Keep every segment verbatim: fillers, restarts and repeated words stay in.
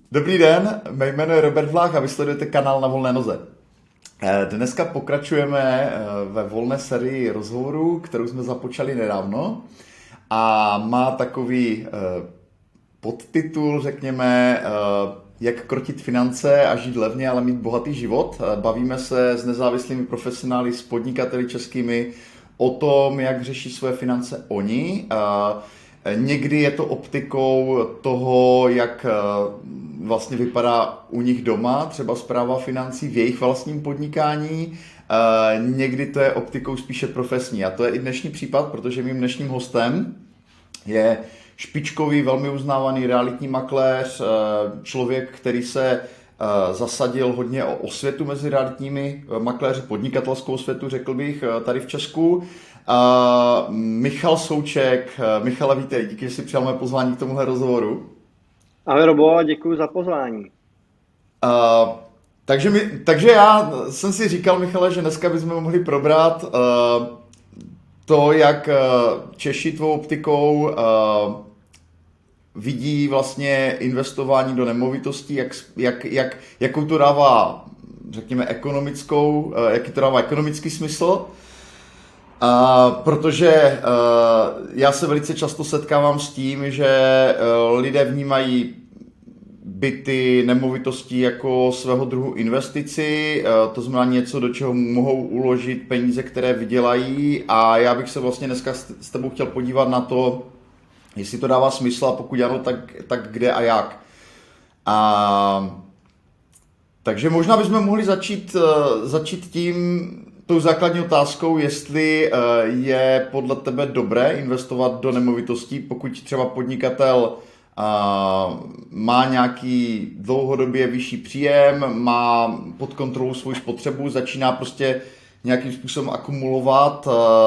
Dobrý den, mé jméno je Robert Vlách a vy sledujete kanál Na volné noze. Dneska pokračujeme ve volné sérii rozhovorů, kterou jsme započali nedávno a má takový podtitul, řekněme, jak krotit finance a žít levně, ale mít bohatý život. Bavíme se s nezávislými profesionály, s podnikateli českými o tom, jak řeší své finance oni. Někdy je to optikou toho, jak vlastně vypadá u nich doma, třeba správa financí v jejich vlastním podnikání. Někdy to je optikou spíše profesní. A to je i dnešní případ, protože mým dnešním hostem je špičkový, velmi uznávaný realitní makléř, člověk, který se zasadil hodně o osvětu mezi realitními makléři, podnikatelskou osvětu, řekl bych, tady v Česku. Uh, Michal Souček. Michale, vítej, díky, že jsi přijal mé pozvání k tomuhle rozhovoru. Ahoj Robo, děkuji za pozvání. Uh, takže, mi, takže já jsem si říkal, Michale, že dneska bychom mohli probrat uh, to, jak uh, Češi tvou optikou uh, vidí vlastně investování do nemovitostí, jak, jak, jak, jakou to dává, řekněme, ekonomickou, uh, jaký to dává ekonomický smysl. Uh, protože uh, já se velice často setkávám s tím, že uh, lidé vnímají byty, nemovitosti jako svého druhu investici, uh, to znamená něco, do čeho mohou uložit peníze, které vydělají, a já bych se vlastně dneska s, s tebou chtěl podívat na to, jestli to dává smysl, a pokud ano, tak, tak kde a jak. Uh, takže možná bychom mohli začít, uh, začít tím, tou základní otázkou, jestli je podle tebe dobré investovat do nemovitostí, pokud třeba podnikatel má nějaký dlouhodobě vyšší příjem, má pod kontrolou svou spotřebu, začíná prostě nějakým způsobem akumulovat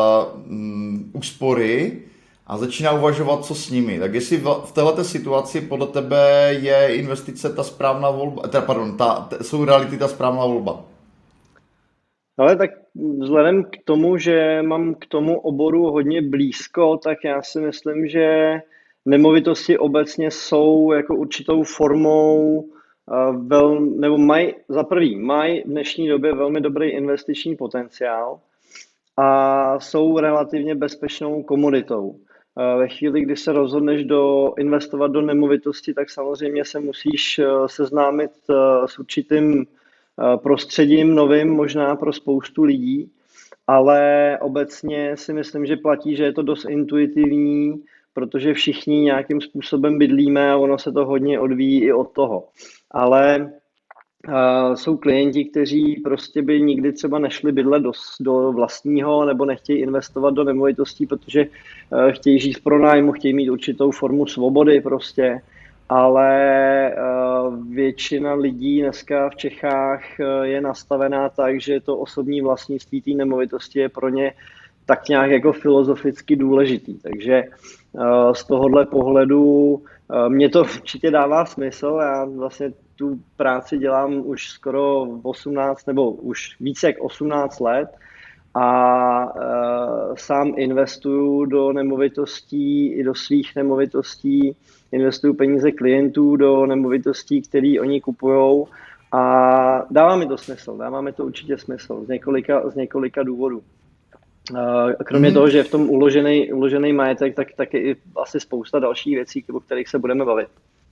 úspory a začíná uvažovat, co s nimi. Tak jestli v této situaci podle tebe je investice ta správná volba, teda pardon, ta, jsou reality ta správná volba? Ale tak vzhledem k tomu, že mám k tomu oboru hodně blízko, tak já si myslím, že nemovitosti obecně jsou jako určitou formou, vel, nebo mají, za prvý, mají v dnešní době velmi dobrý investiční potenciál a jsou relativně bezpečnou komoditou. Ve chvíli, kdy se rozhodneš do, investovat do nemovitosti, tak samozřejmě se musíš seznámit s určitým prostředím novým možná pro spoustu lidí, ale obecně si myslím, že platí, že je to dost intuitivní, protože všichni nějakým způsobem bydlíme a ono se to hodně odvíjí i od toho. Ale uh, jsou klienti, kteří prostě by nikdy třeba nešli bydlet do, do vlastního nebo nechtějí investovat do nemovitostí, protože uh, chtějí žít v pronájmu, chtějí mít určitou formu svobody prostě. Ale většina lidí dneska v Čechách je nastavená tak, že to osobní vlastnictví té nemovitosti je pro ně tak nějak jako filozoficky důležitý. Takže z tohohle pohledu mě to určitě dává smysl. Já vlastně tu práci dělám už skoro osmnáct nebo už více jak osmnáct let a sám investuju do nemovitostí i do svých nemovitostí. Investuju peníze klientů do nemovitostí, které oni kupujou, a dává mi to smysl, dává mi to určitě smysl z několika, z několika důvodů. Kromě mm. toho, že je v tom uložený, uložený majetek, tak, tak je i asi spousta dalších věcí, o kterých se budeme bavit.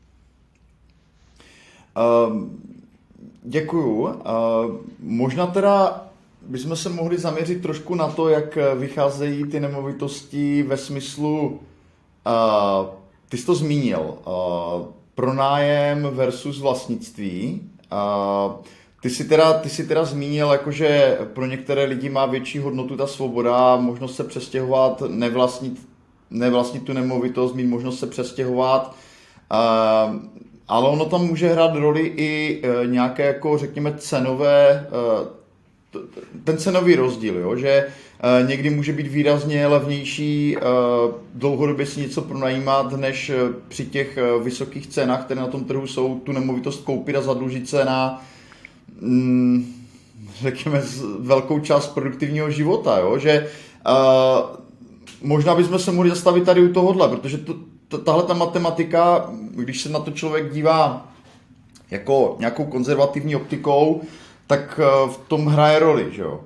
Uh, děkuju. Uh, možná teda bychom se mohli zaměřit trošku na to, jak vycházejí ty nemovitosti ve smyslu, uh, ty jsi to zmínil, uh, pronájem versus vlastnictví. Uh, ty jsi teda, ty jsi teda zmínil, jakože pro některé lidi má větší hodnotu ta svoboda, možnost se přestěhovat, nevlastnit, nevlastnit tu nemovitost, mít možnost se přestěhovat. Uh, ale ono tam může hrát roli i uh, nějaké, jako řekněme, cenové, uh, ten cenový rozdíl, jo? Že uh, někdy může být výrazně levnější uh, dlouhodobě si něco pronajímat, než uh, při těch uh, vysokých cenách, které na tom trhu jsou, tu nemovitost koupit a zadlužit se na mm, řekněme velkou část produktivního života, jo? Že uh, možná bychom se mohli zastavit tady u tohohle, protože to, to, tahle ta matematika, když se na to člověk dívá jako nějakou konzervativní optikou, tak v tom hraje roli, že jo?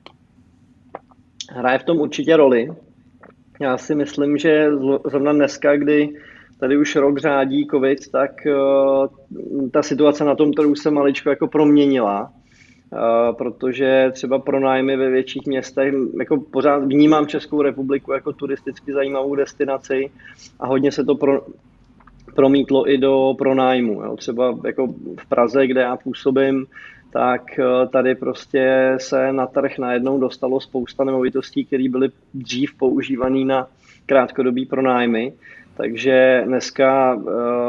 Hraje v tom určitě roli. Já si myslím, že zrovna dneska, kdy tady už rok řádí covid, tak uh, ta situace na tom trhu se maličko jako proměnila, uh, protože třeba pronájmy ve větších městech, jako pořád vnímám Českou republiku jako turisticky zajímavou destinaci a hodně se to pro, promítlo i do pronájmu. Jo. Třeba jako v Praze, kde já působím, tak tady prostě se na trh najednou dostalo spousta nemovitostí, které byly dřív používané na krátkodobý pronájmy. Takže dneska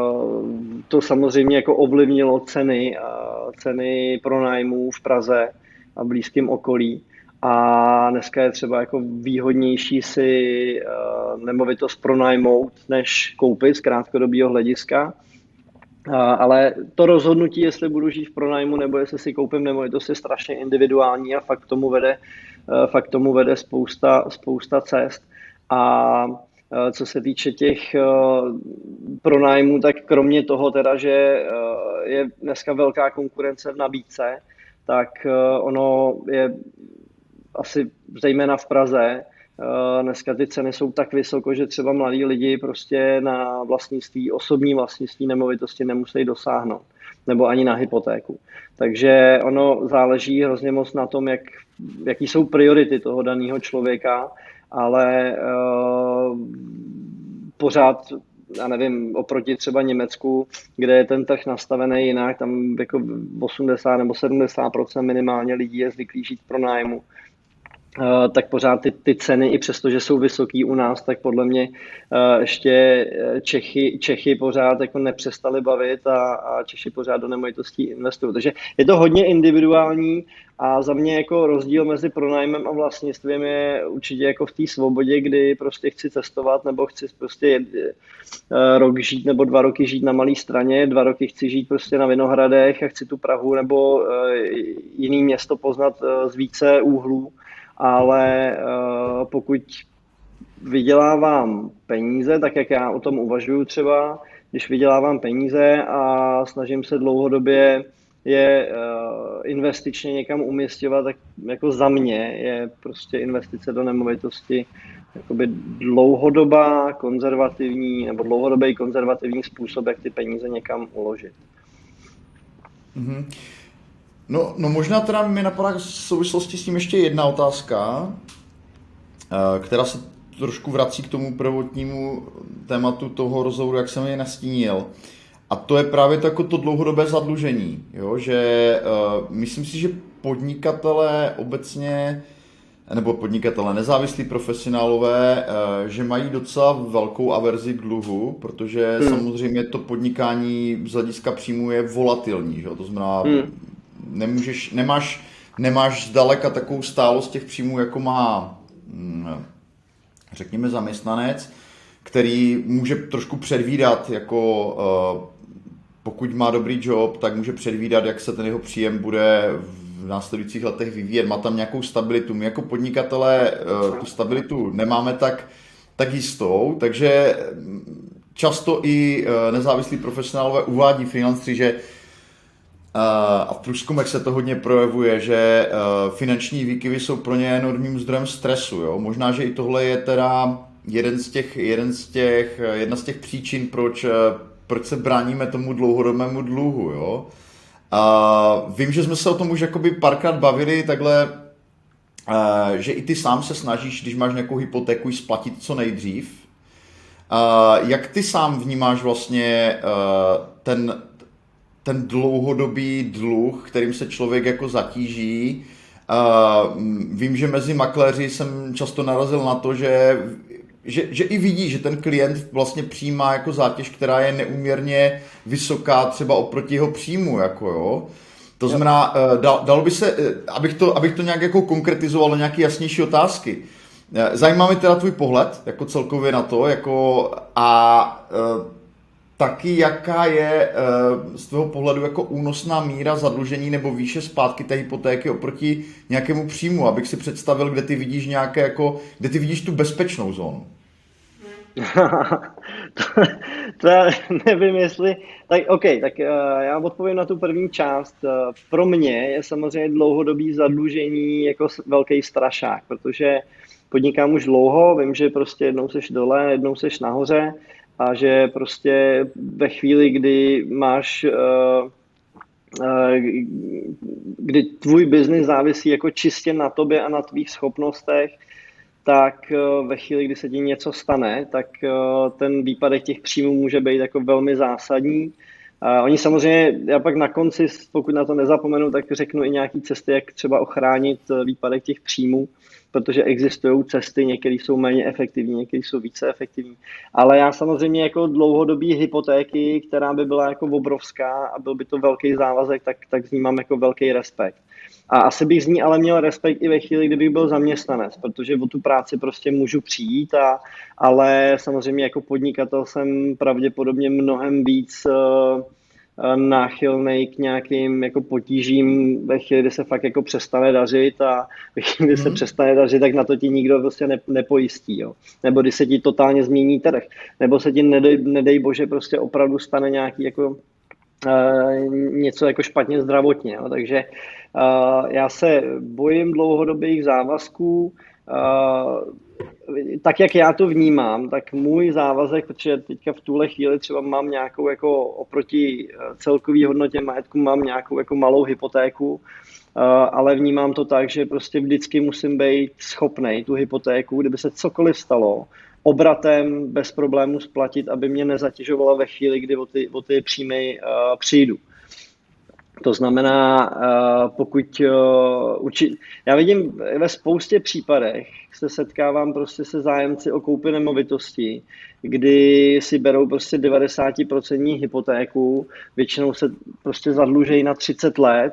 to samozřejmě jako ovlivnilo ceny, ceny pronájmů v Praze a blízkém okolí. A dneska je třeba jako výhodnější si nemovitost pronajmout, než koupit z krátkodobého hlediska. Ale to rozhodnutí, jestli budu žít v pronájmu nebo jestli si koupím nemovitost, je strašně individuální a fakt tomu vede, fakt tomu vede spousta, spousta cest. A co se týče těch pronájmů, tak kromě toho teda, že je dneska velká konkurence v nabídce, tak ono je asi zejména v Praze, dneska ty ceny jsou tak vysoko, že třeba mladí lidi prostě na vlastnictví, osobní vlastnictví nemovitosti nemusí dosáhnout, nebo ani na hypotéku. Takže ono záleží hrozně moc na tom, jak, jaký jsou priority toho daného člověka, ale uh, pořád, já nevím, oproti třeba Německu, kde je ten trh nastavený jinak, tam jako osmdesát nebo sedmdesát procent minimálně lidí je zvyklý žít pro nájmu. Uh, tak pořád ty, ty ceny, i přesto, že jsou vysoký u nás, tak podle mě uh, ještě Čechy, Čechy pořád jako nepřestali bavit a, a Češi pořád do nemovitostí investují. Takže je to hodně individuální a za mě jako rozdíl mezi pronájmem a vlastnictvím je určitě jako v té svobodě, kdy prostě chci cestovat nebo chci prostě uh, rok žít nebo dva roky žít na malé straně, dva roky chci žít prostě na Vinohradech a chci tu Prahu nebo uh, jiný město poznat uh, z více úhlů. Ale uh, pokud vydělávám peníze, tak jak já o tom uvažuju třeba, když vydělávám peníze a snažím se dlouhodobě je uh, investičně někam umístěvat, tak jako za mě je prostě investice do nemovitosti jakoby dlouhodobá, konzervativní nebo dlouhodobý konzervativní způsob, jak ty peníze někam uložit. Mm-hmm. No, no možná teda mi napadá v souvislosti s tím ještě jedna otázka, která se trošku vrací k tomu prvotnímu tématu toho rozhovoru, jak jsem je nastínil. A to je právě to, jako to dlouhodobé zadlužení. Jo? Že uh, myslím si, že podnikatelé obecně, nebo podnikatelé, nezávislí profesionálové, uh, že mají docela velkou averzi k dluhu, protože hmm. samozřejmě to podnikání z hlediska příjmu je volatilní. Že? To znamená, hmm. Nemůžeš, nemáš, nemáš zdaleka takovou stálost těch příjmů, jako má, řekněme, zaměstnanec, který může trošku předvídat, jako pokud má dobrý job, tak může předvídat, jak se ten jeho příjem bude v následujících letech vyvíjet. Má tam nějakou stabilitu. My jako podnikatelé tu stabilitu nemáme tak, tak jistou, takže často i nezávislí profesionálové uvádí freelanceri, že a v průzkumech se to hodně projevuje, že finanční výkyvy jsou pro ně enormním zdrojem stresu. Jo? Možná, že i tohle je teda jeden z těch, jeden z těch, jedna z těch příčin, proč, proč se bráníme tomu dlouhodobému dluhu. Jo? A vím, že jsme se o tom už jakoby párkrát bavili, takhle, že i ty sám se snažíš, když máš nějakou hypotéku, ji splatit co nejdřív. Jak ty sám vnímáš vlastně ten ten dlouhodobý dluh, kterým se člověk jako zatíží? Uh, vím, že mezi makléři jsem často narazil na to, že, že, že i vidí, že ten klient vlastně přijímá jako zátěž, která je neúměrně vysoká třeba oproti jeho příjmu. Jako jo. To znamená, uh, dal, dalo by se, uh, abych, to, abych to nějak jako konkretizoval do nějaké jasnější otázky. Uh, zajímá mě teda tvůj pohled jako celkově na to, jako a uh, taky jaká je z tvého pohledu jako únosná míra zadlužení nebo výše zpátky té hypotéky oproti nějakému příjmu, abych si představil, kde ty vidíš nějaké jako, kde ty vidíš tu bezpečnou zónu. to, to já nevím, jestli... Tak OK, tak uh, já odpovím na tu první část. Uh, pro mě je samozřejmě dlouhodobý zadlužení jako s- velký strašák, protože podnikám už dlouho, vím, že prostě jednou seš dole, jednou seš nahoře a že prostě ve chvíli, kdy máš uh, uh, kdy tvůj biznis závisí jako čistě na tobě a na tvých schopnostech, tak eh, ve chvíli, kdy se ti něco stane, tak eh, ten výpadek těch příjmů může být jako velmi zásadní. A oni samozřejmě, já pak na konci, pokud na to nezapomenu, tak řeknu i nějaké cesty, jak třeba ochránit eh, výpadek těch příjmů, protože existují cesty, některé jsou méně efektivní, některé jsou více efektivní. Ale já samozřejmě jako dlouhodobý hypotéky, která by byla jako obrovská a byl by to velký závazek, tak, tak z ní mám jako velký respekt. A asi bych z ní ale měl respekt i ve chvíli, kdybych byl zaměstnanec, protože o tu práci prostě můžu přijít, a, ale samozřejmě jako podnikatel jsem pravděpodobně mnohem víc uh, náchylnej k nějakým jako potížím ve chvíli, kdy se fakt jako přestane dařit, a ve chvíli, kdy se Hmm. přestane dařit, tak na to ti nikdo prostě ne, nepojistí. Jo. Nebo když se ti totálně změní trh, nebo se ti nedej, nedej bože prostě opravdu stane nějaký jako Uh, něco jako špatně zdravotně. Jo. Takže uh, já se bojím dlouhodobých závazků. Uh, tak, jak já to vnímám, tak můj závazek, protože teďka v tuhle chvíli třeba mám nějakou jako oproti celkový hodnotě majetku mám nějakou jako malou hypotéku, uh, ale vnímám to tak, že prostě vždycky musím být schopnej tu hypotéku, kdyby se cokoliv stalo, obratem bez problémů splatit, aby mě nezatěžovala ve chvíli, kdy o ty, o ty příjmy uh, přijdu. To znamená, uh, pokud uh, uči... já vidím ve spoustě případech, se setkávám prostě se zájemci o koupi nemovitosti, kdy si berou prostě devadesát procent hypotéku, většinou se prostě zadlužejí na třicet let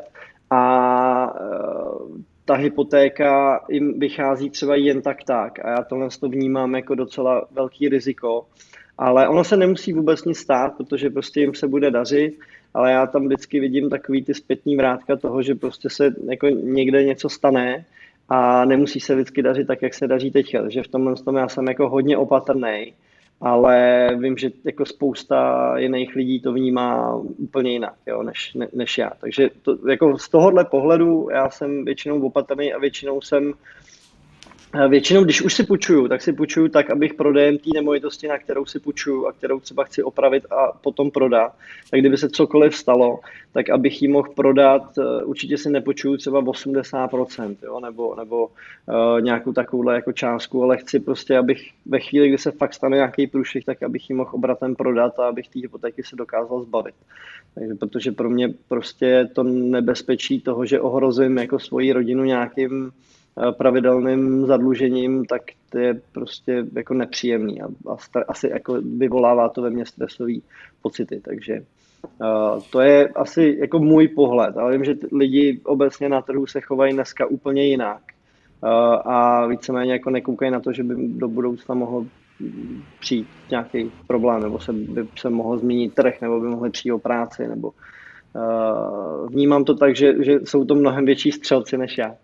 a uh, ta hypotéka jim vychází třeba jen tak tak. A já tohle to vnímám jako docela velký riziko. Ale ono se nemusí vůbec nic stát, protože prostě jim se bude dařit, ale já tam vždycky vidím takový ty zpětný vrátka toho, že prostě se jako někde něco stane a nemusí se vždycky dařit tak, jak se daří teďka. Takže v tomhle tom já jsem jako hodně opatrný, ale vím, že jako spousta jiných lidí to vnímá úplně jinak, jo, než, ne, než já. Takže to, jako z tohohle pohledu já jsem většinou opatrný a většinou jsem Většinou, když už si půjčuju, tak si půjčuju tak, abych prodejem té nemovitosti, na kterou si půjčuju a kterou třeba chci opravit a potom prodat, tak kdyby se cokoliv stalo, tak abych ji mohl prodat, určitě si nepůjčuju třeba osmdesát procent, jo, nebo, nebo uh, nějakou takovouhle jako částku, ale chci prostě, abych ve chvíli, kdy se fakt stane nějaký průšvih, tak abych ji mohl obratem prodat a abych té hypotéky se dokázal zbavit. Takže protože pro mě prostě to nebezpečí toho, že ohrozím jako svoji rodinu nějakým pravidelným zadlužením, tak to je prostě jako nepříjemný a, a star, asi jako vyvolává to ve mně stresové pocity, takže uh, to je asi jako můj pohled, ale vím, že lidi obecně na trhu se chovají dneska úplně jinak uh, a víceméně jako nekoukají na to, že by do budoucna mohl přijít nějaký problém, nebo se, by se mohl změnit trh, nebo by mohli přijít o práci, nebo uh, vnímám to tak, že, že jsou to mnohem větší střelci než já.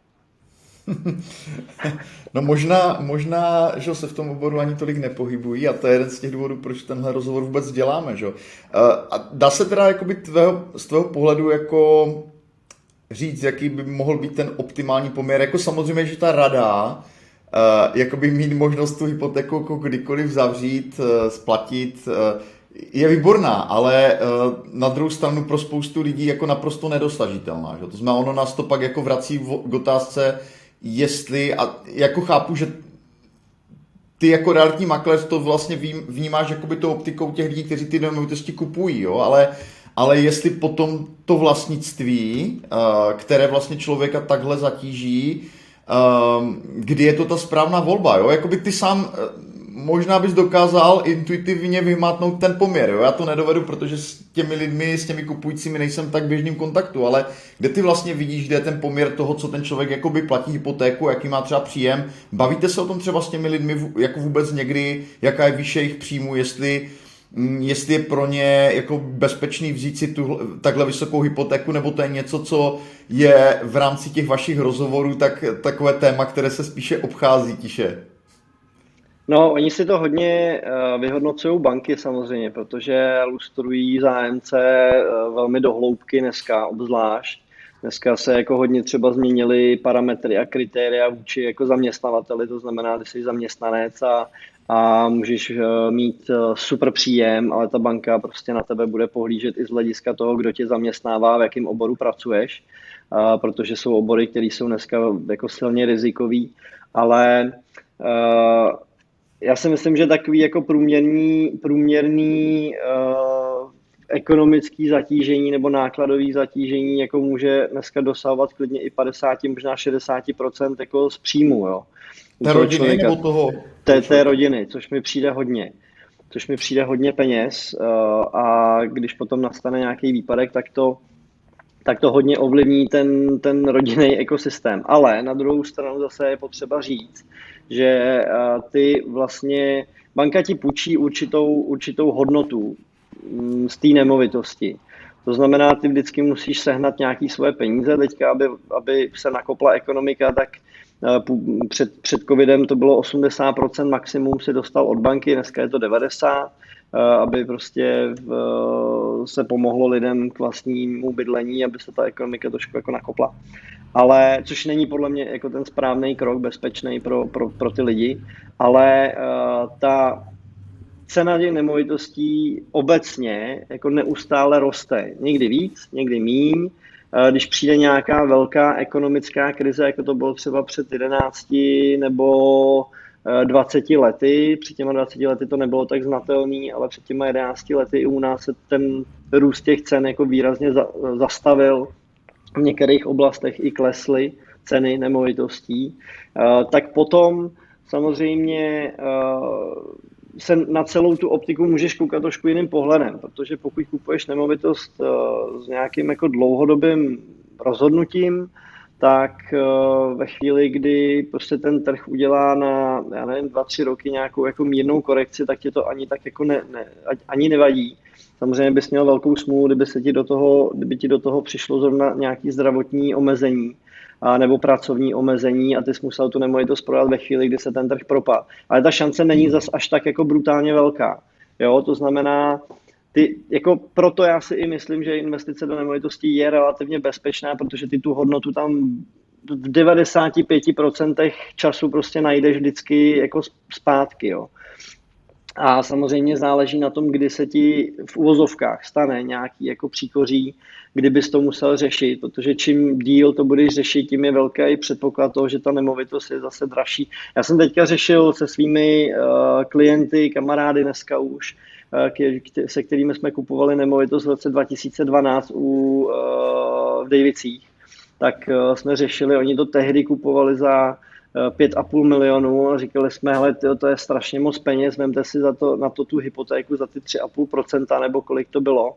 No možná, možná, že se v tom oboru ani tolik nepohybují a to je jeden z těch důvodů, proč tenhle rozhovor vůbec děláme, že? A dá se teda jakoby tvého, z tvého pohledu jako říct, jaký by mohl být ten optimální poměr, jako samozřejmě, že ta rada uh, jakoby mít možnost tu hypotéku jako kdykoliv zavřít, uh, splatit, uh, je výborná, ale uh, na druhou stranu pro spoustu lidí jako naprosto nedosažitelná, že? To znamená, ono nás to pak jako vrací k otázce, jestli, a jako chápu, že ty jako realitní makléř to vlastně vnímáš jakoby tou optikou těch lidí, kteří ty nemovitosti kupují, jo, ale, ale jestli potom to vlastnictví, které vlastně člověka takhle zatíží, kdy je to ta správná volba, jo, jakoby ty sám možná bys dokázal intuitivně vymátnout ten poměr, jo? Já to nedovedu, protože s těmi lidmi, s těmi kupujícími nejsem tak v běžným kontaktu, ale kde ty vlastně vidíš, kde je ten poměr toho, co ten člověk jakoby platí hypotéku, jaký má třeba příjem, bavíte se o tom třeba s těmi lidmi jako vůbec někdy, jaká je výše jejich příjmu, jestli, jestli je pro ně jako bezpečný vzít si tu, takhle vysokou hypotéku, nebo to je něco, co je v rámci těch vašich rozhovorů tak, takové téma, které se spíše obchází tiše. No, oni si to hodně uh, vyhodnocují banky samozřejmě, protože lustrují zájemce uh, velmi do hloubky dneska obzvlášť. Dneska se jako hodně třeba změnily parametry a kritéria vůči jako zaměstnavateli, to znamená, že jsi zaměstnanec a, a můžeš uh, mít uh, super příjem, ale ta banka prostě na tebe bude pohlížet i z hlediska toho, kdo tě zaměstnává, v jakém oboru pracuješ, uh, protože jsou obory, které jsou dneska jako silně rizikový, ale uh, já si myslím, že takový jako průměrný, průměrný uh, ekonomický zatížení nebo nákladový zatížení jako může dneska dosahovat klidně i padesát, možná šedesát procent jako z příjmu, jo. U Té toho rodiny člověka, nebo toho, toho té, té člověka? rodiny, což mi přijde hodně. Což mi přijde hodně peněz uh, a když potom nastane nějaký výpadek, tak to tak to hodně ovlivní ten, ten rodinný ekosystém. Ale na druhou stranu zase je potřeba říct, že ty vlastně, banka ti půjčí určitou, určitou hodnotu z té nemovitosti. To znamená, ty vždycky musíš sehnat nějaké svoje peníze. Teďka, aby, aby se nakopla ekonomika, tak před, před covidem to bylo osmdesát procent maximum si dostal od banky, dneska je to devadesát procent, aby prostě v, se pomohlo lidem k vlastnímu bydlení, aby se ta ekonomika trošku jako nakopla. Ale, což není podle mě jako ten správný krok, bezpečný pro, pro, pro ty lidi, ale uh, ta cena těch nemovitostí obecně jako neustále roste. Někdy víc, někdy míň. Když přijde nějaká velká ekonomická krize, jako to bylo třeba před jedenácti nebo dvaceti lety, před těma dvaceti lety to nebylo tak znatelný, ale před těma jedenácti lety u nás se ten růst těch cen jako výrazně za, zastavil. V některých oblastech i klesly ceny nemovitostí. Tak potom samozřejmě se na celou tu optiku můžeš koukat trošku jiným pohledem, protože pokud kupuješ nemovitost s nějakým jako dlouhodobým rozhodnutím, tak ve chvíli, kdy prostě ten trh udělá na, já nevím, dva, tři roky nějakou jako mírnou korekci, tak tě to ani tak jako ne, ne, ani nevadí. Samozřejmě bys měl velkou smůlu, kdyby se ti do toho, kdyby ti do toho přišlo zrovna nějaký zdravotní omezení a nebo pracovní omezení a ty jsi musel tu nemovitost prodat ve chvíli, kdy se ten trh propadl. Ale ta šance není zas až tak jako brutálně velká. Jo, to znamená, ty, jako proto já si i myslím, že investice do nemovitostí je relativně bezpečná, protože ty tu hodnotu tam v devadesát pět procent času prostě najdeš vždycky jako zpátky. Jo. A samozřejmě záleží na tom, kdy se ti v uvozovkách stane nějaký jako příkoří, kdybys to musel řešit, protože čím díl to budeš řešit, tím je velký předpoklad toho, že ta nemovitost je zase dražší. Já jsem teďka řešil se svými uh, klienty, kamarády dneska už, uh, se kterými jsme kupovali nemovitost v roce dva tisíce dvanáct u, uh, v Davicích, tak uh, jsme řešili, oni to tehdy kupovali za pět a půl milionů a říkali jsme, hele, tyjo, to je strašně moc peněz, vemte si za to, na to tu hypotéku za ty tři a půl procenta nebo kolik to bylo.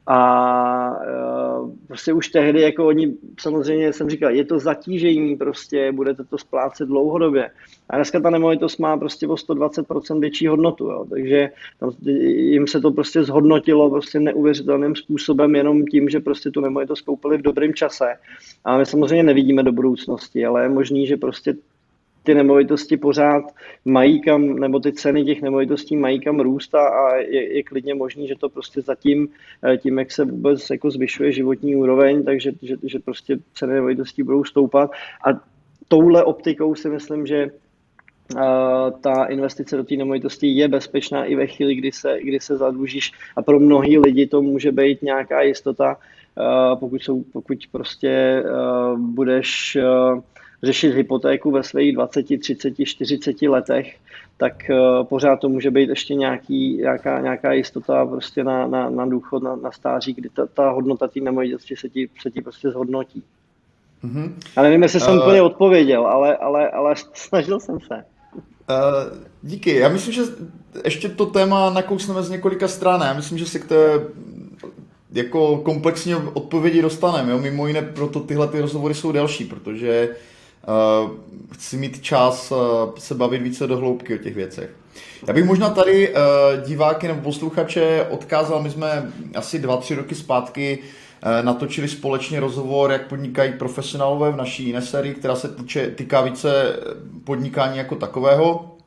A uh, prostě už tehdy, jako oni, samozřejmě jsem říkal, je to zatížení, prostě budete to splácet dlouhodobě. A dneska ta nemovitost má prostě o sto dvacet procent větší hodnotu, jo. Takže tam, jim se to prostě zhodnotilo prostě neuvěřitelným způsobem jenom tím, že prostě tu nemovitost koupili v dobrém čase. A my samozřejmě nevidíme do budoucnosti, ale je možný, že prostě ty nemovitosti pořád mají kam, nebo ty ceny těch nemovitostí mají kam růst a je, je klidně možný, že to prostě zatím, tím, jak se vůbec jako zvyšuje životní úroveň, takže že, že prostě ceny nemovitostí budou stoupat. A touhle optikou si myslím, že uh, ta investice do té nemovitosti je bezpečná i ve chvíli, kdy se, kdy se zadlužíš a pro mnohý lidi to může být nějaká jistota, uh, pokud, jsou, pokud prostě uh, budeš uh, řešit hypotéku ve svých dvaceti, třiceti, čtyřiceti letech, tak uh, pořád to může být ještě nějaký, nějaká, nějaká jistota prostě na, na, na důchod, na, na stáří, kdy ta, ta hodnota té nemovitosti se ti, se ti prostě zhodnotí. Mm-hmm. Ale nevím, jestli jsem uh, úplně odpověděl, ale, ale, ale snažil jsem se. Uh, díky. Já myslím, že ještě to téma nakousneme z několika stran. Já myslím, že se k té jako komplexně odpovědi dostaneme. Jo? Mimo jiné, proto tyhle ty rozhovory jsou delší, protože Uh, chci mít čas uh, se bavit více do hloubky o těch věcech. Já bych možná tady uh, diváky nebo posluchače odkázal, my jsme asi dva, tři roky zpátky uh, natočili společně rozhovor, jak podnikají profesionálové v naší jiné sérii, která se týče, týká více podnikání jako takového.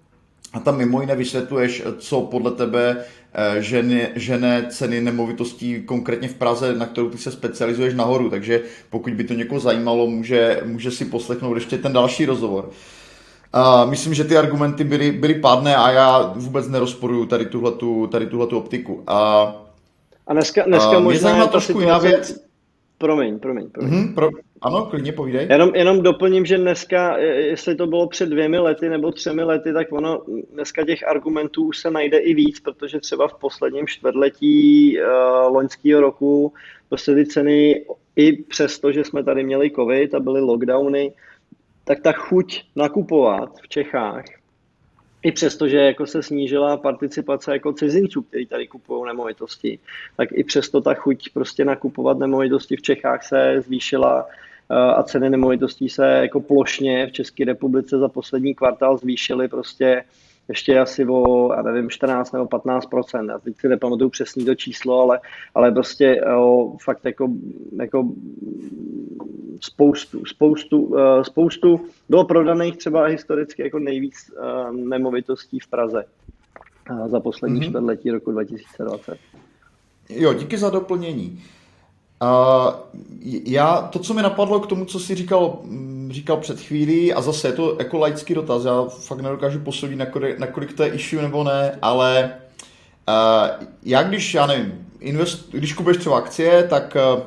a tam mimo jiné vysvětluješ, co podle tebe žene, žene ceny nemovitostí konkrétně v Praze, na kterou ty se specializuješ, nahoru. Takže pokud by to někoho zajímalo, může, může si poslechnout ještě ten další rozhovor. Uh, myslím, že ty argumenty byly, byly pádné a já vůbec nerozporuju tady tuhletu, tady tuhletu optiku. Uh, a dneska, dneska uh, možná je ta situace... věc... Promiň, promiň, promiň. Mm-hmm, pro... Ano, klidně povídej. Jenom, jenom doplním, že dneska, jestli to bylo před dvěmi lety nebo třemi lety, tak ono dneska těch argumentů už se najde i víc, protože třeba v posledním čtvrtletí uh, loňského roku prostě ty ceny, i přesto, že jsme tady měli covid a byly lockdowny, tak ta chuť nakupovat v Čechách, i přesto, že jako se snížila participace jako cizinců, kteří tady kupují nemovitosti, tak i přesto ta chuť prostě nakupovat nemovitosti v Čechách se zvýšila a ceny nemovitostí se jako plošně v České republice za poslední kvartál zvýšily prostě ještě asi o, já nevím, čtrnáct nebo patnáct procent. Já teď si nepamatuju přesně to číslo, ale, ale prostě o, fakt jako, jako spoustu, spoustu, spoustu bylo prodaných třeba historicky jako nejvíc nemovitostí v Praze za poslední mm-hmm. čtvrtletí roku dva tisíce dvacet. Jo, díky za doplnění. Uh, já, to, co mi napadlo k tomu, co jsi říkal, říkal před chvílí, a zase je to jako laický dotaz, já fakt nedokážu posoudit, nakolik, nakolik to je issue nebo ne, ale uh, já když, já nevím, invest, když kupuješ třeba akcie, tak uh,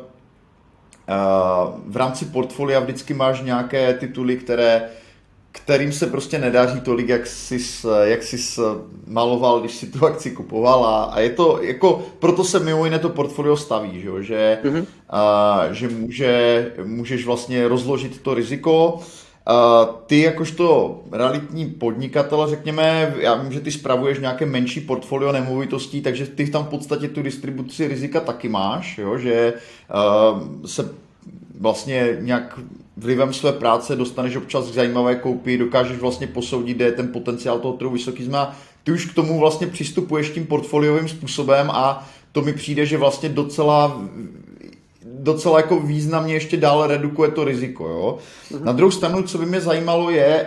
v rámci portfolia vždycky máš nějaké tituly, které kterým se prostě nedaří tolik, jak jsi, jak jsi maloval, když si tu akci kupoval a, a je to, jako, proto se mimo jiné to portfolio staví, že, že, mm-hmm. a, že může, můžeš vlastně rozložit to riziko. A ty jakožto realitní podnikatel, řekněme, já vím, že ty spravuješ nějaké menší portfolio nemovitostí, takže ty tam v podstatě tu distribuci rizika taky máš, jo, že a, se vlastně nějak vlivem své práce dostaneš občas k zajímavé koupi, dokážeš vlastně posoudit, kde je ten potenciál toho trhu vysoký znamená. Ty už k tomu vlastně přistupuješ tím portfoliovým způsobem a to mi přijde, že vlastně docela, docela jako významně ještě dále redukuje to riziko. Jo? Mhm. Na druhou stranu, co by mě zajímalo je,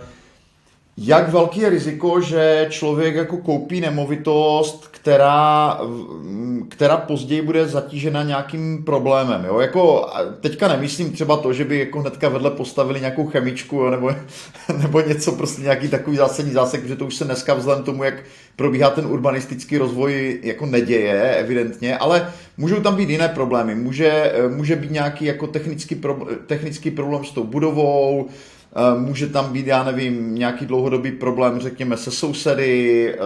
jak velký je riziko, že člověk jako koupí nemovitost, která, která později bude zatížena nějakým problémem. Jo? Jako, teďka nemyslím třeba to, že by jako hnedka vedle postavili nějakou chemičku, jo? Nebo, nebo něco, prostě nějaký takový zásadní zásek, protože to už se dneska vzhledem tomu, jak probíhá ten urbanistický rozvoj, jako neděje, evidentně, ale můžou tam být jiné problémy. Může, může být nějaký jako technický, pro, technický problém s tou budovou, může tam být, já nevím, nějaký dlouhodobý problém, řekněme, se sousedy,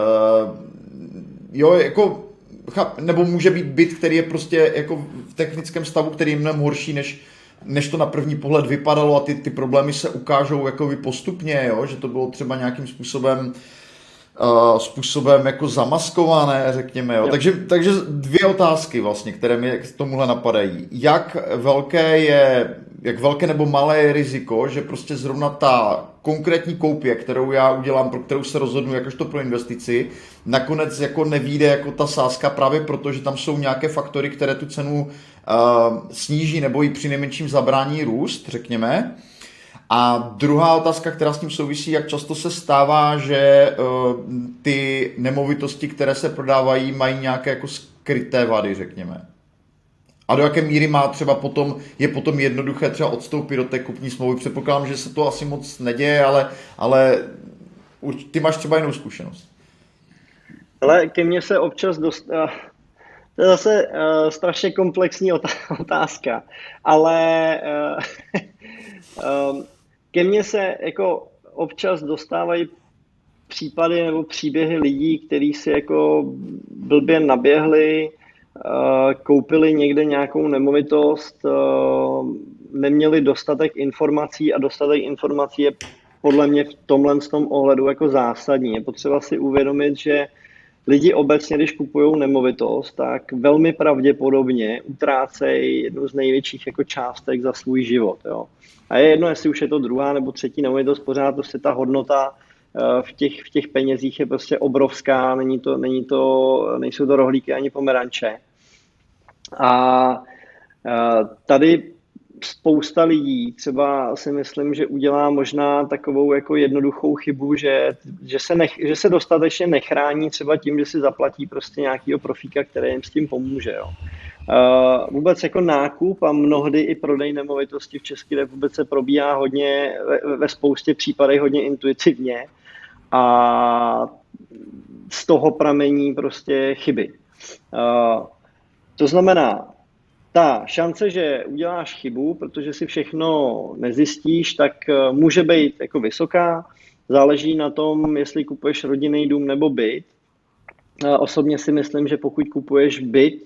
jo, jako, nebo může být byt, který je prostě jako v technickém stavu, který je mnohem horší, než, než to na první pohled vypadalo a ty, ty problémy se ukážou jako postupně, jo, že to bylo třeba nějakým způsobem Uh, způsobem jako zamaskované, řekněme. Jo. Takže, takže dvě otázky vlastně, které mi k tomuhle napadají. Jak velké je, jak velké nebo malé je riziko, že prostě zrovna ta konkrétní koupě, kterou já udělám, pro kterou se rozhodnu jakožto pro investici, nakonec jako nevyjde jako ta sázka právě proto, že tam jsou nějaké faktory, které tu cenu uh, sníží nebo ji přinejmenším zabrání růst, řekněme. A druhá otázka, která s tím souvisí, jak často se stává, že uh, ty nemovitosti, které se prodávají, mají nějaké jako skryté vady, řekněme. A do jaké míry má třeba potom, je potom jednoduché třeba odstoupit do té kupní smlouvy. Předpokládám, že se to asi moc neděje, ale, ale ty máš třeba jinou zkušenost. Ale ke mně se občas dost... To je zase uh, strašně komplexní otázka, ale uh, um, ke mně se jako občas dostávají případy nebo příběhy lidí, kteří si jako blbě naběhli, uh, koupili někde nějakou nemovitost, uh, neměli dostatek informací a dostatek informací je podle mě v tomhle tom ohledu jako zásadní. Je potřeba si uvědomit, že lidi obecně, když kupují nemovitost, tak velmi pravděpodobně utrácejí jednu z největších jako částek za svůj život. Jo. A je jedno, jestli už je to druhá nebo třetí nemovitost, pořád prostě ta hodnota v těch, v těch penězích je prostě obrovská, není to, není to, nejsou to rohlíky ani pomeranče. A tady spousta lidí třeba si myslím, že udělá možná takovou jako jednoduchou chybu, že, že, se, nech, že se dostatečně nechrání třeba tím, že si zaplatí prostě nějakýho profíka, který jim s tím pomůže. Jo. Uh, vůbec jako nákup a mnohdy i prodej nemovitosti v České republice probíhá hodně, ve, ve spoustě případech hodně intuitivně a z toho pramení prostě chyby. Uh, to znamená, ta šance, že uděláš chybu, protože si všechno nezjistíš, tak může být jako vysoká. Záleží na tom, jestli kupuješ rodinný dům nebo byt. Osobně si myslím, že pokud kupuješ byt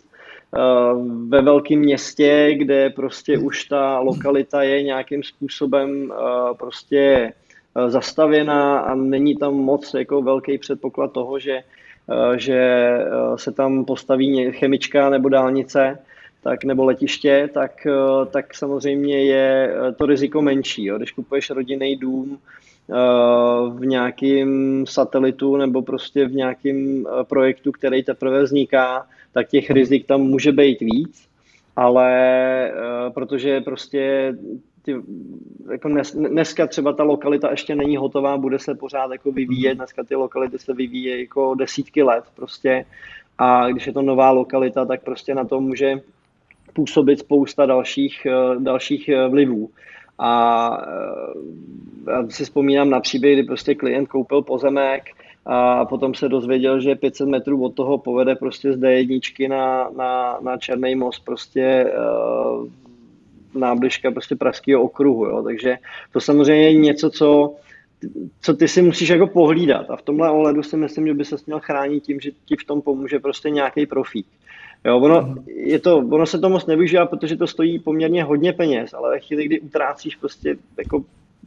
ve velkém městě, kde prostě už ta lokalita je nějakým způsobem prostě zastavěná a není tam moc jako velký předpoklad toho, že, že se tam postaví chemička nebo dálnice, tak nebo letiště, tak, tak samozřejmě je to riziko menší. Jo. Když kupuješ rodinný dům v nějakém satelitu nebo prostě v nějakém projektu, který teprve vzniká, tak těch rizik tam může být víc, ale protože prostě ty, jako dnes, dneska třeba ta lokalita ještě není hotová, bude se pořád jako vyvíjet, dneska ty lokality se vyvíjejí jako desítky let prostě a když je to nová lokalita, tak prostě na to může působit spousta dalších, dalších vlivů. A já si vzpomínám na příběh, kdy prostě klient koupil pozemek a potom se dozvěděl, že pět set metrů od toho povede prostě z D jedna na, na, na Černý most prostě uh, nábližka prostě Pražského okruhu. Jo. Takže to samozřejmě je něco, co, co ty si musíš jako pohlídat. A v tomhle ohledu si myslím, že by se měl chránit tím, že ti v tom pomůže prostě nějaký profík. Jo, ono, je to, ono se to moc nevyužívá, protože to stojí poměrně hodně peněz, ale ve chvíli, kdy utrácíš prostě jako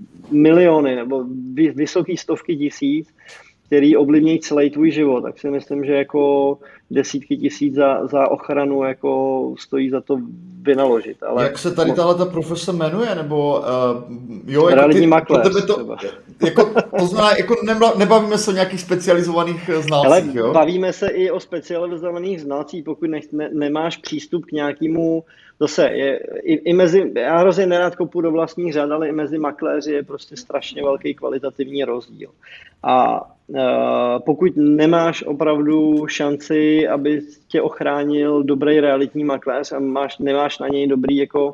miliony nebo vysoké stovky tisíc, který ovlivní celý tvůj život, tak si myslím, že jako desítky tisíc za, za ochranu jako stojí za to vynaložit. Ale jak se tady tahle ta profese jmenuje? Nebo, uh, jo, jako realitní makléř. To, jako, to znamená, jako nebavíme se o nějakých specializovaných znalcích, ale jo? Bavíme se i o specializovaných znalcích, pokud ne, ne, nemáš přístup k nějakému, zase je, i, i mezi, já hrozně nerad kopu do vlastních řad, ale i mezi makléři je prostě strašně velký kvalitativní rozdíl. A uh, pokud nemáš opravdu šanci, aby tě ochránil dobrý realitní makléř a máš, nemáš na něj dobrý, jako,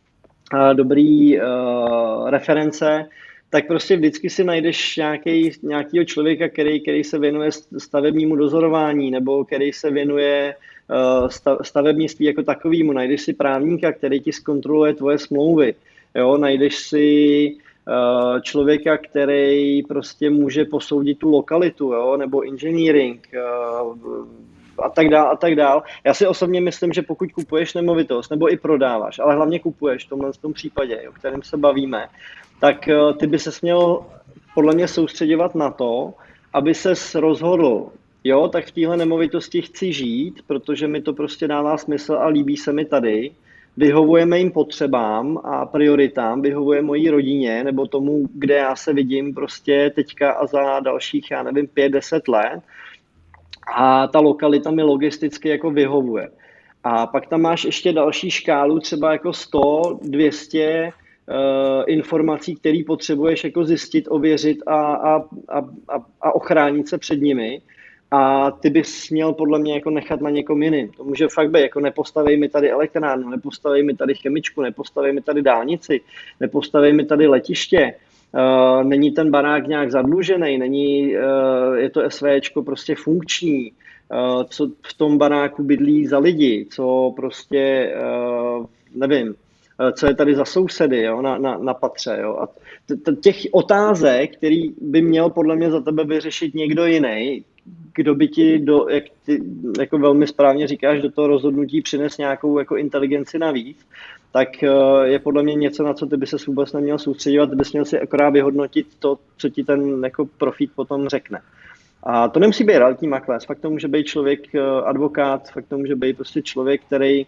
uh, dobrý uh, reference, tak prostě vždycky si najdeš nějaký, nějakýho člověka, který, který se věnuje stavebnímu dozorování nebo který se věnuje uh, stavebnictví jako takovému. Najdeš si právníka, který ti zkontroluje tvoje smlouvy. Jo? Najdeš si uh, člověka, který prostě může posoudit tu lokalitu, jo? Nebo engineering uh, a tak dál a tak dál. Já si osobně myslím, že pokud kupuješ nemovitost nebo i prodáváš, ale hlavně kupuješ v tomhle v tom případě, o kterém se bavíme, tak ty by ses měl podle mě soustředěvat na to, aby ses rozhodl, jo, tak v téhle nemovitosti chci žít, protože mi to prostě dává smysl a líbí se mi tady, vyhovuje mým potřebám a prioritám, vyhovuje mojí rodině nebo tomu, kde já se vidím prostě teďka a za dalších, já nevím, pět, deset let a ta lokalita mi logisticky jako vyhovuje. A pak tam máš ještě další škálu, třeba jako sto, dvě stě Uh, informací, které potřebuješ jako zjistit, ověřit a, a, a, a ochránit se před nimi. A ty bys měl podle mě jako nechat na někom jiným. To může fakt být, jako nepostavej mi tady elektrárnu, nepostavej mi tady chemičku, nepostavej mi tady dálnici, nepostavej mi tady letiště. Uh, není ten barák nějak zadlužený, není, uh, je to SVčko prostě funkční, uh, co v tom baráku bydlí za lidi, co prostě, uh, nevím, co je tady za sousedy, jo, na, na, na patře. Jo. A těch otázek, který by měl podle mě za tebe vyřešit někdo jiný, kdo by ti, do, jak ty jako velmi správně říkáš, do toho rozhodnutí přines nějakou jako inteligenci navíc, tak je podle mě něco, na co ty by se vůbec neměl soustředovat, ty bys měl si akorát vyhodnotit to, co ti ten jako profík potom řekne. A to nemusí být realitní makléř, fakt to může být člověk, advokát, fakt to může být prostě člověk, který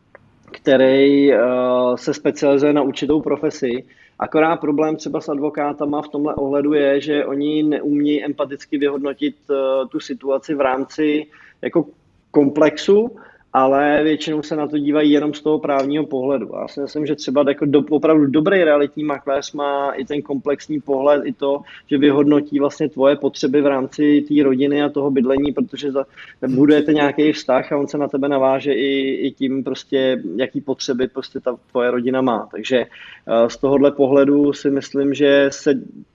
který uh, se specializuje na určitou profesi. Akorát problém třeba s advokátama v tomhle ohledu je, že oni neumí empaticky vyhodnotit uh, tu situaci v rámci jako komplexu ale většinou se na to dívají jenom z toho právního pohledu. A já si myslím, že třeba jako do, opravdu dobrý realitní makléř má i ten komplexní pohled, i to, že vyhodnotí vlastně tvoje potřeby v rámci té rodiny a toho bydlení, protože za, budujete nějaký vztah a on se na tebe naváže i, i tím prostě, jaký potřeby prostě ta tvoje rodina má. Takže z tohohle pohledu si myslím, že se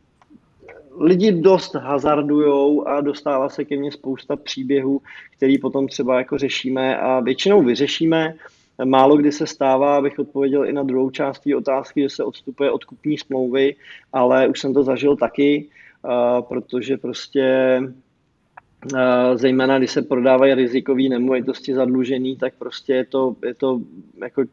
lidi dost hazardujou a dostává se ke mně spousta příběhů, který potom třeba jako řešíme a většinou vyřešíme. Málo kdy se stává, abych odpověděl i na druhou část té otázky, že se odstupuje od kupní smlouvy, ale už jsem to zažil taky, protože prostě zejména když se prodávají rizikové nemovitosti zadlužený, tak prostě je to, je to jako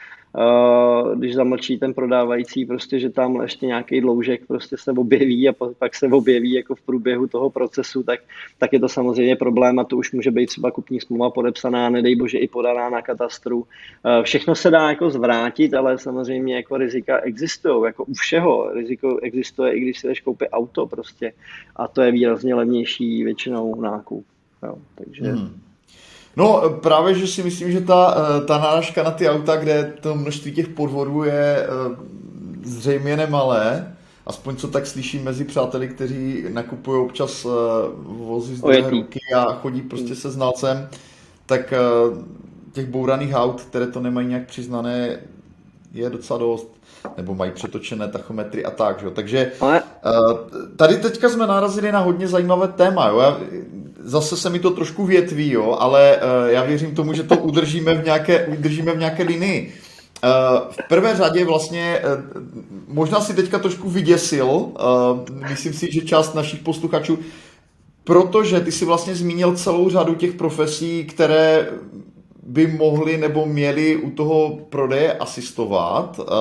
Uh, když zamlčí ten prodávající, prostě, že tam ještě nějaký dloužek prostě se objeví a pak se objeví jako v průběhu toho procesu, tak, tak je to samozřejmě problém a to už může být třeba kupní smlouva podepsaná, nedej bože i podaná na katastru. Uh, všechno se dá jako zvrátit, ale samozřejmě jako rizika existují, jako u všeho. Riziko existuje, i když si jdeš koupit auto prostě a to je výrazně levnější většinou nákup. Jo, takže... Hmm. No právě, že si myslím, že ta, ta náražka na ty auta, kde to množství těch podvodů je zřejmě nemalé, aspoň co tak slyším mezi přáteli, kteří nakupují občas vozy z druhé ruky a chodí prostě se znalcem, tak těch bouraných aut, které to nemají nějak přiznané, je docela dost, nebo mají přetočené tachometry a tak, že? Takže tady teďka jsme narazili na hodně zajímavé téma, jo? Já, zase se mi to trošku větví, jo, ale uh, já věřím tomu, že to udržíme v nějaké, udržíme v nějaké linii. Uh, v prvé řadě vlastně, uh, možná si teďka trošku vyděsil, uh, myslím si, že část našich posluchačů, protože ty si vlastně zmínil celou řadu těch profesí, které by mohly nebo měly u toho prodeje asistovat. Uh,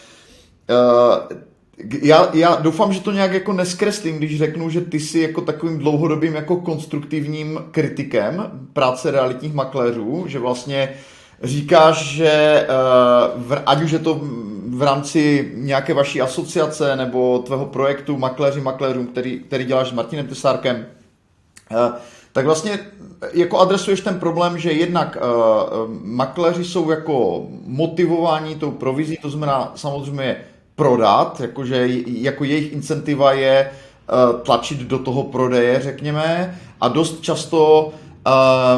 uh, Já, já doufám, že to nějak jako neskreslím, když řeknu, že ty jsi jako takovým dlouhodobým jako konstruktivním kritikem práce realitních makléřů, že vlastně říkáš, že uh, ať už je to v rámci nějaké vaší asociace nebo tvého projektu Makléři makléřům, který, který děláš s Martinem Tesárkem, uh, tak vlastně jako adresuješ ten problém, že jednak uh, makléři jsou jako motivováni tou provizí, to znamená samozřejmě prodat, jakože jako jejich incentiva je uh, tlačit do toho prodeje, řekněme, a dost často uh,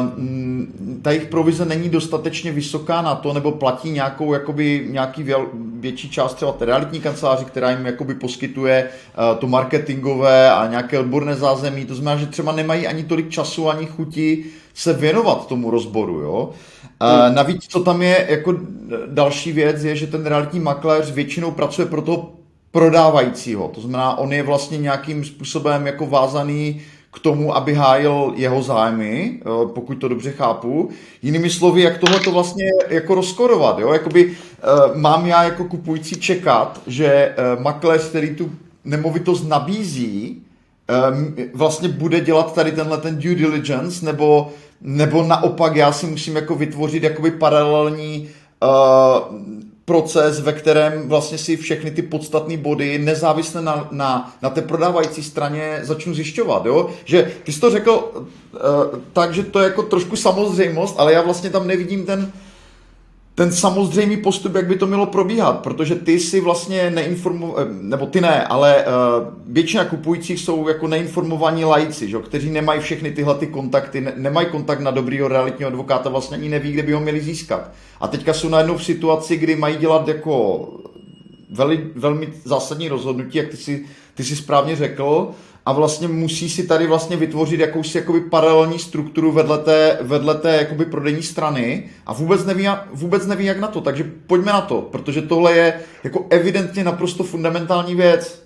ta jejich provize není dostatečně vysoká na to, nebo platí nějakou, jakoby, nějaký věl, větší část třeba té realitní kanceláři, která jim jakoby poskytuje uh, to marketingové a nějaké odborné zázemí, to znamená, že třeba nemají ani tolik času, ani chuti se věnovat tomu rozboru, jo. Uh, navíc, co tam je jako další věc, je, že ten realitní makléř většinou pracuje pro toho prodávajícího. To znamená, on je vlastně nějakým způsobem jako vázaný k tomu, aby hájil jeho zájmy, pokud to dobře chápu. Jinými slovy, jak tohle to vlastně jako rozkorovat, jo? Jakoby uh, mám já jako kupující čekat, že uh, makléř, který tu nemovitost nabízí, um, vlastně bude dělat tady tenhle ten due diligence, nebo Nebo naopak já si musím jako vytvořit jakoby paralelní uh, proces, ve kterém vlastně si všechny ty podstatné body nezávisle na, na, na té prodávající straně začnu zjišťovat, jo? Že ty jsi to řekl uh, tak, že to je jako trošku samozřejmost, ale já vlastně tam nevidím ten, ten samozřejmý postup, jak by to mělo probíhat, protože ty si vlastně neinformovaní, nebo ty ne, ale uh, většina kupujících jsou jako neinformovaní laici, že? Kteří nemají všechny tyhle ty kontakty, ne, nemají kontakt na dobrýho realitního advokáta, vlastně ani neví, kde by ho měli získat. A teďka jsou najednou v situaci, kdy mají dělat jako veli, velmi zásadní rozhodnutí, jak ty si, ty si správně řekl, a vlastně musí si tady vlastně vytvořit jakousi jakoby paralelní strukturu vedle té, vedle té jakoby prodejní strany a vůbec neví, vůbec neví, jak na to. Takže pojďme na to, protože tohle je jako evidentně naprosto fundamentální věc.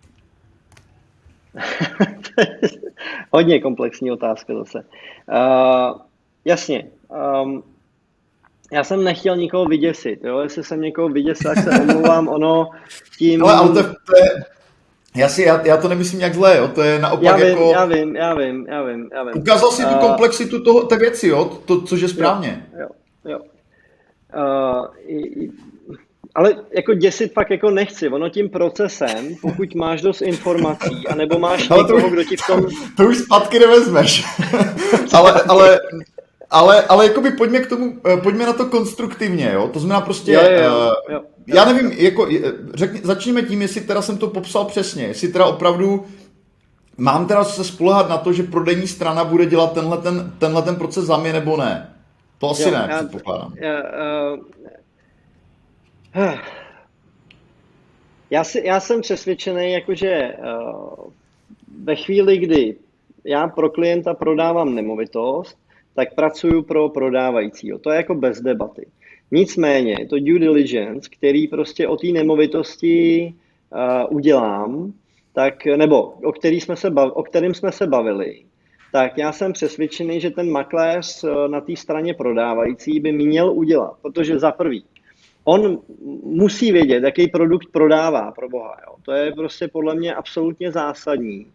Hodně komplexní otázka zase. Uh, jasně. Um, já jsem nechtěl nikoho vyděsit, jo? Jestli jsem někoho vyděsil, tak se omlouvám, ono tím... Ale, ale to, to je... Já, si, já, já to nemyslím nějak zlé, jo? To je naopak já vím, jako... Já vím, já vím, já vím, já vím. Ukázal si tu uh, komplexitu toho, té věci, jo? To, což je správně. Jo, jo. Uh, i, ale jako děsit fakt jako nechci, ono tím procesem, pokud máš dost informací, anebo máš někoho, kdo ti v tom... To už zpátky nevezmeš. ale, ale Ale, ale jakoby pojďme k tomu, pojďme na to konstruktivně, jo? To znamená prostě, jo, jo, jo, jo, já nevím, jako, řekni, začněme tím, jestli teda jsem to popsal přesně, jestli teda opravdu mám teda se spoléhat na to, že prodejní strana bude dělat tenhle ten, tenhle ten proces za mě, nebo ne? To asi jo, ne, já, předpokládám. Já, uh, já, si, já jsem přesvědčený, jakože uh, ve chvíli, kdy já pro klienta prodávám nemovitost, tak pracuju pro prodávajícího. To je jako bez debaty. Nicméně to due diligence, který prostě o té nemovitosti uh, udělám, tak, nebo o, který jsme se bav, o kterým jsme se bavili, tak já jsem přesvědčený, že ten makléř na té straně prodávající by měl udělat, protože za prvý, on musí vědět, jaký produkt prodává, pro boha. Jo. To je prostě podle mě absolutně zásadní.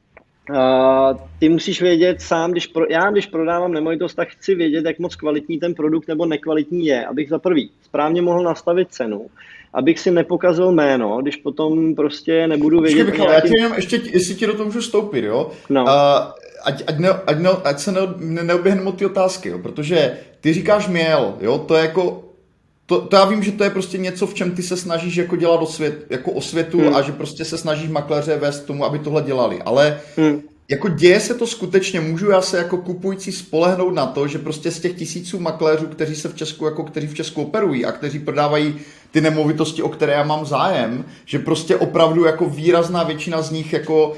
Uh, ty musíš vědět sám, když pro, já když prodávám nemovitost, tak chci vědět, jak moc kvalitní ten produkt nebo nekvalitní je, abych za prvý správně mohl nastavit cenu, abych si nepokazil jméno, když potom prostě nebudu vědět... Počkej, Michal, nějakým... já ti jenom ještě, jestli ti do toho můžu vstoupit, jo? No. Uh, ať, ať, ne, ať, ne, ať se ne, ne, neoběhneme ty otázky, jo? Protože ty říkáš měl, jo? To je jako... To, to já vím, že to je prostě něco, v čem ty se snažíš jako dělat osvět, jako osvětu hmm. a že prostě se snažíš makléře vést k tomu, aby tohle dělali, ale hmm. jako děje se to skutečně, můžu já se jako kupující spolehnout na to, že prostě z těch tisíců makléřů, kteří se v Česku, jako kteří v Česku operují a kteří prodávají ty nemovitosti, o které já mám zájem, že prostě opravdu jako výrazná většina z nich jako uh,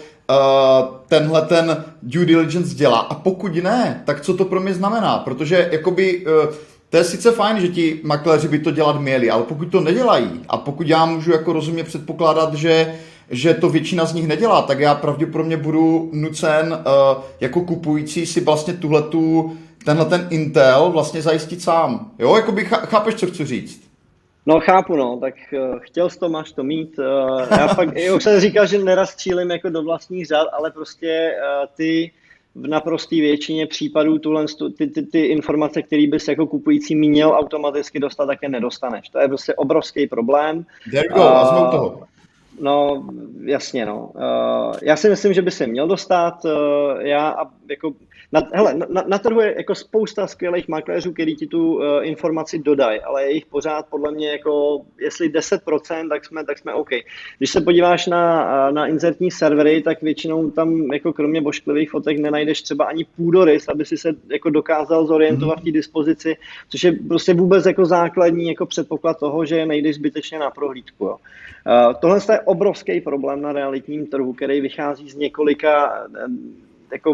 tenhle ten due diligence dělá. A pokud ne, tak co to pro mě znamená? Protože jakoby... Uh, to je sice fajn, že ti makléři by to dělat měli, ale pokud to nedělají a pokud já můžu jako rozumně předpokládat, že, že to většina z nich nedělá, tak já pravděpodobně budu nucen uh, jako kupující si vlastně tuhletu, tenhle ten intel vlastně zajistit sám. Jo, jakoby chápeš, co chci říct? No chápu, no, tak uh, chtěl jsi to, máš to mít. Uh, já fakt, už jsem říkal, že neraz střílím jako do vlastních řad, ale prostě uh, ty v naprosté většině případů tuhle, ty, ty, ty informace, které bys jako kupující měl automaticky dostat, tak je nedostaneš. To je prostě obrovský problém. There you go, vezmou uh, toho. No, jasně, no. Uh, já si myslím, že by se měl dostat. Uh, já jako... Na, hele, na, na trhu je jako spousta skvělých makléřů, kteří ti tu uh, informaci dodají, ale je jich pořád podle mě jako, jestli deset procent, tak jsme, tak jsme OK. Když se podíváš na, na inzertní servery, tak většinou tam jako kromě bošklivých fotek nenajdeš třeba ani půdorys, aby si se jako dokázal zorientovat v té dispozici, což je prostě vůbec jako základní jako předpoklad toho, že nejdeš zbytečně na prohlídku. Jo. Uh, tohle je obrovský problém na realitním trhu, který vychází z několika jako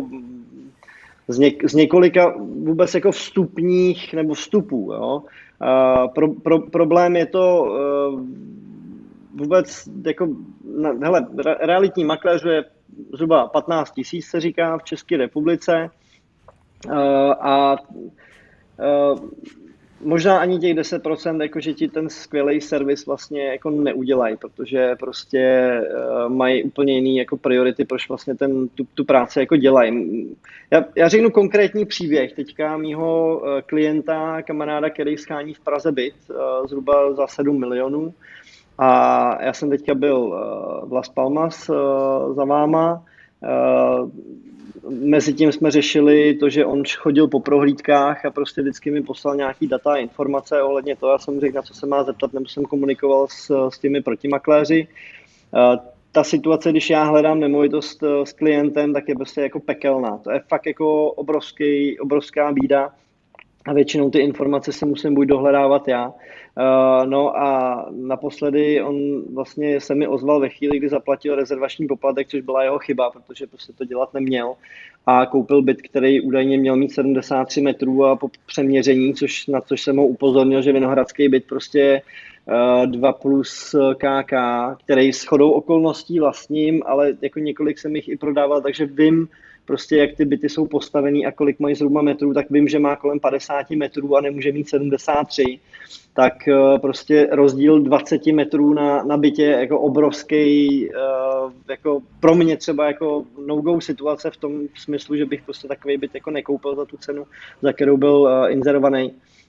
Z, něk, z několika vůbec jako vstupních nebo vstupů. Jo. Uh, pro, pro, problém je to uh, vůbec jako, na, hele, re, realitní makléřů je zhruba patnáct tisíc, se říká v České republice uh, a uh, možná ani těch deset procent, jako že ti ten skvělý servis vlastně jako neudělají, protože prostě uh, mají úplně jiný jako priority, proč vlastně ten, tu, tu práci jako dělají. Já, já řeknu konkrétní příběh teďka mýho uh, klienta, kamaráda, který schání v Praze byt uh, zhruba za sedm milionů a já jsem teďka byl uh, v Las Palmas uh, za váma. Uh, Mezitím jsme řešili to, že on chodil po prohlídkách a prostě vždycky mi poslal nějaký data a informace ohledně toho. Já jsem mu řekl, na co se má zeptat, nebo jsem komunikoval s, s těmi protimakléři. Ta situace, když já hledám nemovitost s klientem, tak je prostě jako pekelná. To je fakt jako obrovský, obrovská bída a většinou ty informace se musím buď dohledávat já. Uh, no a naposledy on vlastně se mi ozval ve chvíli, kdy zaplatil rezervační poplatek, což byla jeho chyba, protože prostě to dělat neměl a koupil byt, který údajně měl mít sedmdesát tři metrů a po přeměření, což, na což jsem ho upozornil, že vinohradský byt prostě uh, dva plus kk, který s shodou okolností vlastním, ale jako několik jsem jich i prodával, takže vím, prostě jak ty byty jsou postavený a kolik mají zhruba metrů, tak vím, že má kolem padesát metrů a nemůže mít sedmdesát tři. Tak prostě rozdíl dvacet metrů na, na bytě jako obrovský, jako pro mě třeba jako no-go situace v tom smyslu, že bych prostě takový byt jako nekoupil za tu cenu, za kterou byl inzerovaný.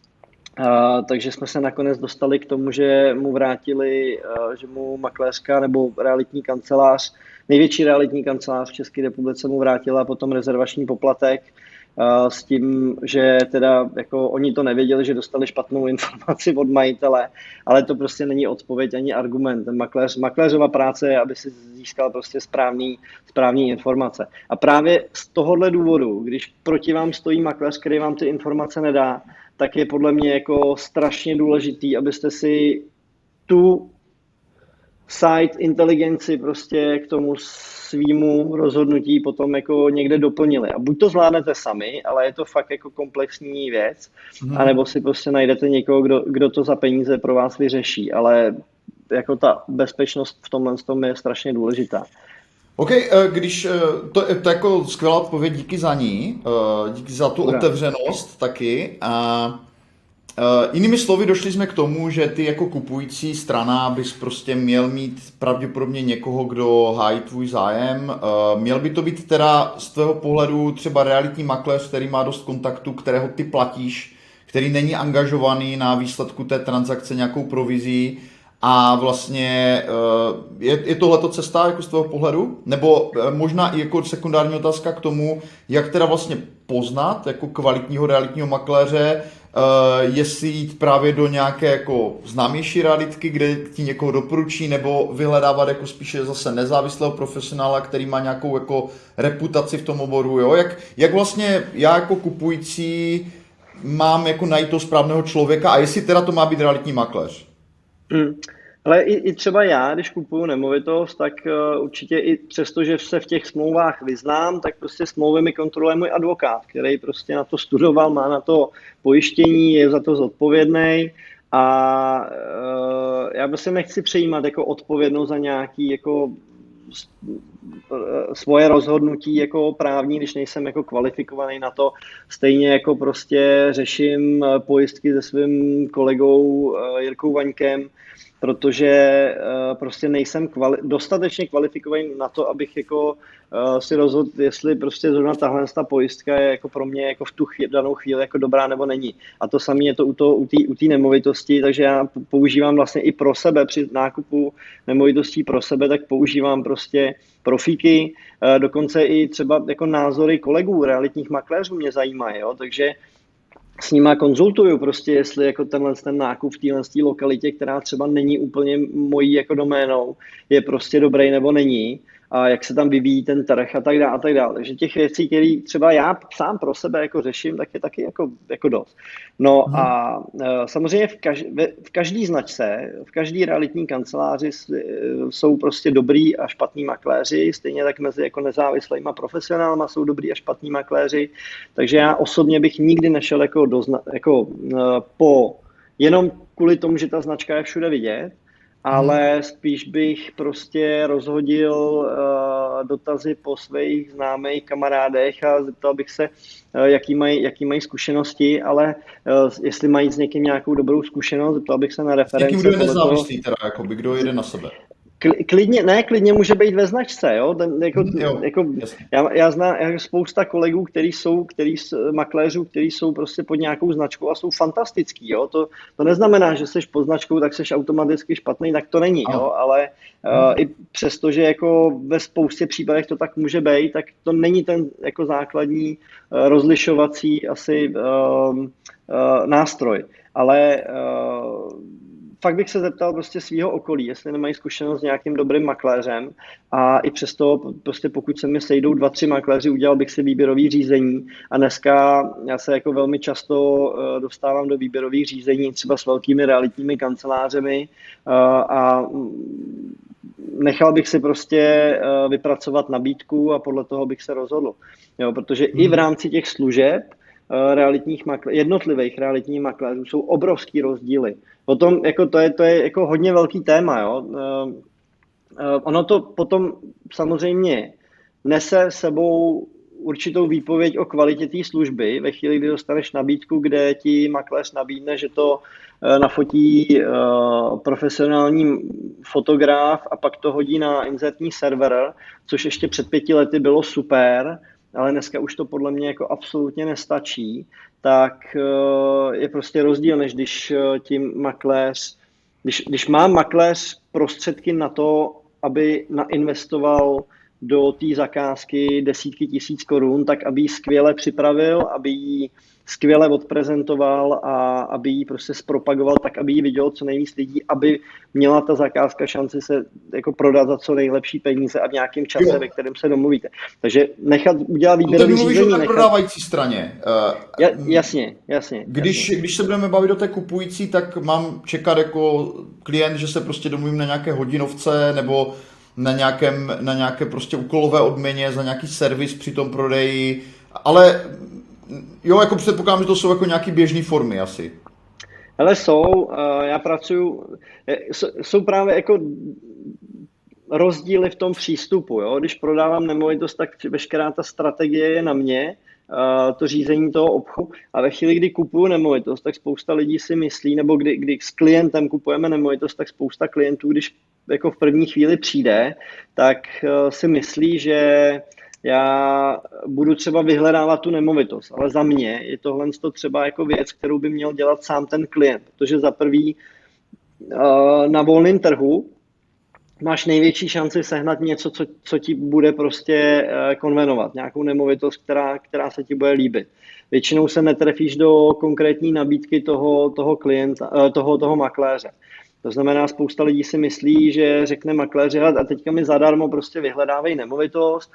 Uh, takže jsme se nakonec dostali k tomu, že mu vrátili, uh, že mu makléřka nebo realitní kancelář, největší realitní kancelář v České republice mu vrátila potom rezervační poplatek s tím, že teda jako oni to nevěděli, že dostali špatnou informaci od majitele, ale to prostě není odpověď ani argument. Ten makléř, makléřova práce je, aby si získal prostě správný, správný informace. A právě z tohohle důvodu, když proti vám stojí makléř, který vám ty informace nedá, tak je podle mě jako strašně důležitý, abyste si tu site inteligenci prostě k tomu svýmu rozhodnutí potom jako někde doplnili. A buď to zvládnete sami, ale je to fakt jako komplexní věc, hmm. anebo si prostě najdete někoho, kdo, kdo to za peníze pro vás vyřeší. Ale jako ta bezpečnost v tomhle tom je strašně důležitá. OK, když to, to je jako skvělá odpověď, díky za ní, díky za tu Dobrá. otevřenost taky. A Uh, jinými slovy, došli jsme k tomu, že ty jako kupující strana bys prostě měl mít pravděpodobně někoho, kdo hájí tvůj zájem. Uh, měl by to být teda z tvého pohledu třeba realitní makléř, který má dost kontaktu, kterého ty platíš, který není angažovaný na výsledku té transakce nějakou provizí a vlastně uh, je, je tohleto cesta jako z tvého pohledu? Nebo uh, možná i jako sekundární otázka k tomu, jak teda vlastně poznat jako kvalitního realitního makléře, Uh, jestli jít právě do nějaké jako známější realitky, kde ti někoho doporučí, nebo vyhledávat jako spíše zase nezávislého profesionála, který má nějakou jako reputaci v tom oboru, jo? Jak, jak vlastně já jako kupující mám jako najít toho správného člověka a jestli teda to má být realitní makléř? Hmm. Ale i, i třeba já, když kupuju nemovitost, tak uh, určitě i přesto, že se v těch smlouvách vyznám, tak prostě smlouvy mi kontroluje můj advokát, který prostě na to studoval, má na to pojištění, je za to zodpovědný a uh, já prostě nechci přejímat jako odpovědnost za nějaký jako svoje rozhodnutí jako právní, když nejsem jako kvalifikovaný na to. Stejně jako prostě řeším pojistky se svým kolegou Jirkou Vaňkem, protože prostě nejsem kvali- dostatečně kvalifikovaný na to, abych jako si rozhodl, jestli prostě zrovna tahle ta pojistka je jako pro mě jako v tu chvíli, danou chvíli jako dobrá nebo není. A to samé je to u té u u nemovitosti, takže já používám vlastně i pro sebe při nákupu nemovitostí pro sebe, tak používám prostě profíky, dokonce i třeba jako názory kolegů, realitních makléřů mě zajímají, jo? Takže s nima konzultuju prostě, jestli jako tenhle ten nákup v téhle lokalitě, která třeba není úplně mojí jako doménou, je prostě dobrý nebo není a jak se tam vyvíjí ten trh a tak dále a tak dále. Takže těch věcí, které třeba já sám pro sebe jako řeším, tak je taky jako, jako dost. No hmm. a samozřejmě v, kaž, v každý značce, v každý realitní kanceláři jsou prostě dobrý a špatní makléři, stejně tak mezi jako nezávislými profesionálma jsou dobrý a špatní makléři, takže já osobně bych nikdy nešel jako, dozna, jako po jenom kvůli tomu, že ta značka je všude vidět, ale spíš bych prostě rozhodil uh, dotazy po svých známých kamarádech a zeptal bych se, uh, jaký mají jaký mají zkušenosti, ale uh, jestli mají s někým nějakou dobrou zkušenost, zeptal bych se na reference. Jaký kdo je nezávislý teda, jakoby, kdo jede na sebe? Klidně, ne, klidně může být ve značce, jo, Ten, jako, jo jako, já, já znám já spousta kolegů, který jsou, který, makléřů, kteří jsou prostě pod nějakou značkou a jsou fantastický, jo, to, to neznamená, že seš pod značkou, tak seš automaticky špatný, tak to není, jo, ale uh, i přesto, že jako ve spoustě případech to tak může být, tak to není ten jako základní uh, rozlišovací asi uh, uh, nástroj, ale uh, fakt bych se zeptal prostě svého okolí, jestli nemají zkušenost s nějakým dobrým makléřem a i přesto prostě pokud se mi sejdou dva, tři makléři, udělal bych si výběrový řízení a dneska já se jako velmi často dostávám do výběrových řízení třeba s velkými realitními kancelářemi a nechal bych si prostě vypracovat nabídku a podle toho bych se rozhodl, jo, protože hmm. i v rámci těch služeb realitních makl- jednotlivých realitních makléřů jsou obrovský rozdíly. Potom jako to je, to je jako hodně velký téma, jo. Uh, uh, ono to potom samozřejmě nese sebou určitou výpověď o kvalitě té služby. Ve chvíli, kdy dostaneš nabídku, kde ti makléř nabídne, že to uh, nafotí uh, profesionální fotograf a pak to hodí na inzertní server, což ještě před pěti lety bylo super, ale dneska už to podle mě jako absolutně nestačí, tak je prostě rozdíl, než když tím makléř, když, když má makléř prostředky na to, aby nainvestoval do té zakázky desítky tisíc korun, tak aby ji skvěle připravil, aby ji skvěle odprezentoval a aby ji prostě zpropagoval tak, aby ji vidělo co nejvíc lidí, aby měla ta zakázka šanci se jako prodat za co nejlepší peníze a v nějakém čase, jo. ve kterém se domluvíte. Takže nechat udělat výběrový no, řízení. Na nechat... prodávající straně. Uh, ja, jasně, jasně. Když, jasně. když se budeme bavit o té kupující, tak mám čekat jako klient, že se prostě domluvím na nějaké hodinovce nebo na, nějakém, na nějaké prostě úkolové odměně za nějaký servis při tom prodeji, ale jo, jako předpokládám, že to jsou jako nějaký běžné formy asi. Ale jsou, já pracuji, jsou právě jako rozdíly v tom přístupu. Jo? Když prodávám nemovitost, tak veškerá ta strategie je na mě, to řízení toho obchodu. A ve chvíli, kdy kupuju nemovitost, tak spousta lidí si myslí, nebo kdy, kdy s klientem kupujeme nemovitost, tak spousta klientů, když jako v první chvíli přijde, tak si myslí, že já budu třeba vyhledávat tu nemovitost, ale za mě je tohle třeba jako věc, kterou by měl dělat sám ten klient, protože za prvý na volném trhu máš největší šanci sehnat něco, co, co ti bude prostě konvenovat, nějakou nemovitost, která, která se ti bude líbit. Většinou se netrefíš do konkrétní nabídky toho, toho klienta, toho, toho makléře. To znamená, spousta lidí si myslí, že řekne makléři, a teďka mi zadarmo prostě vyhledávej nemovitost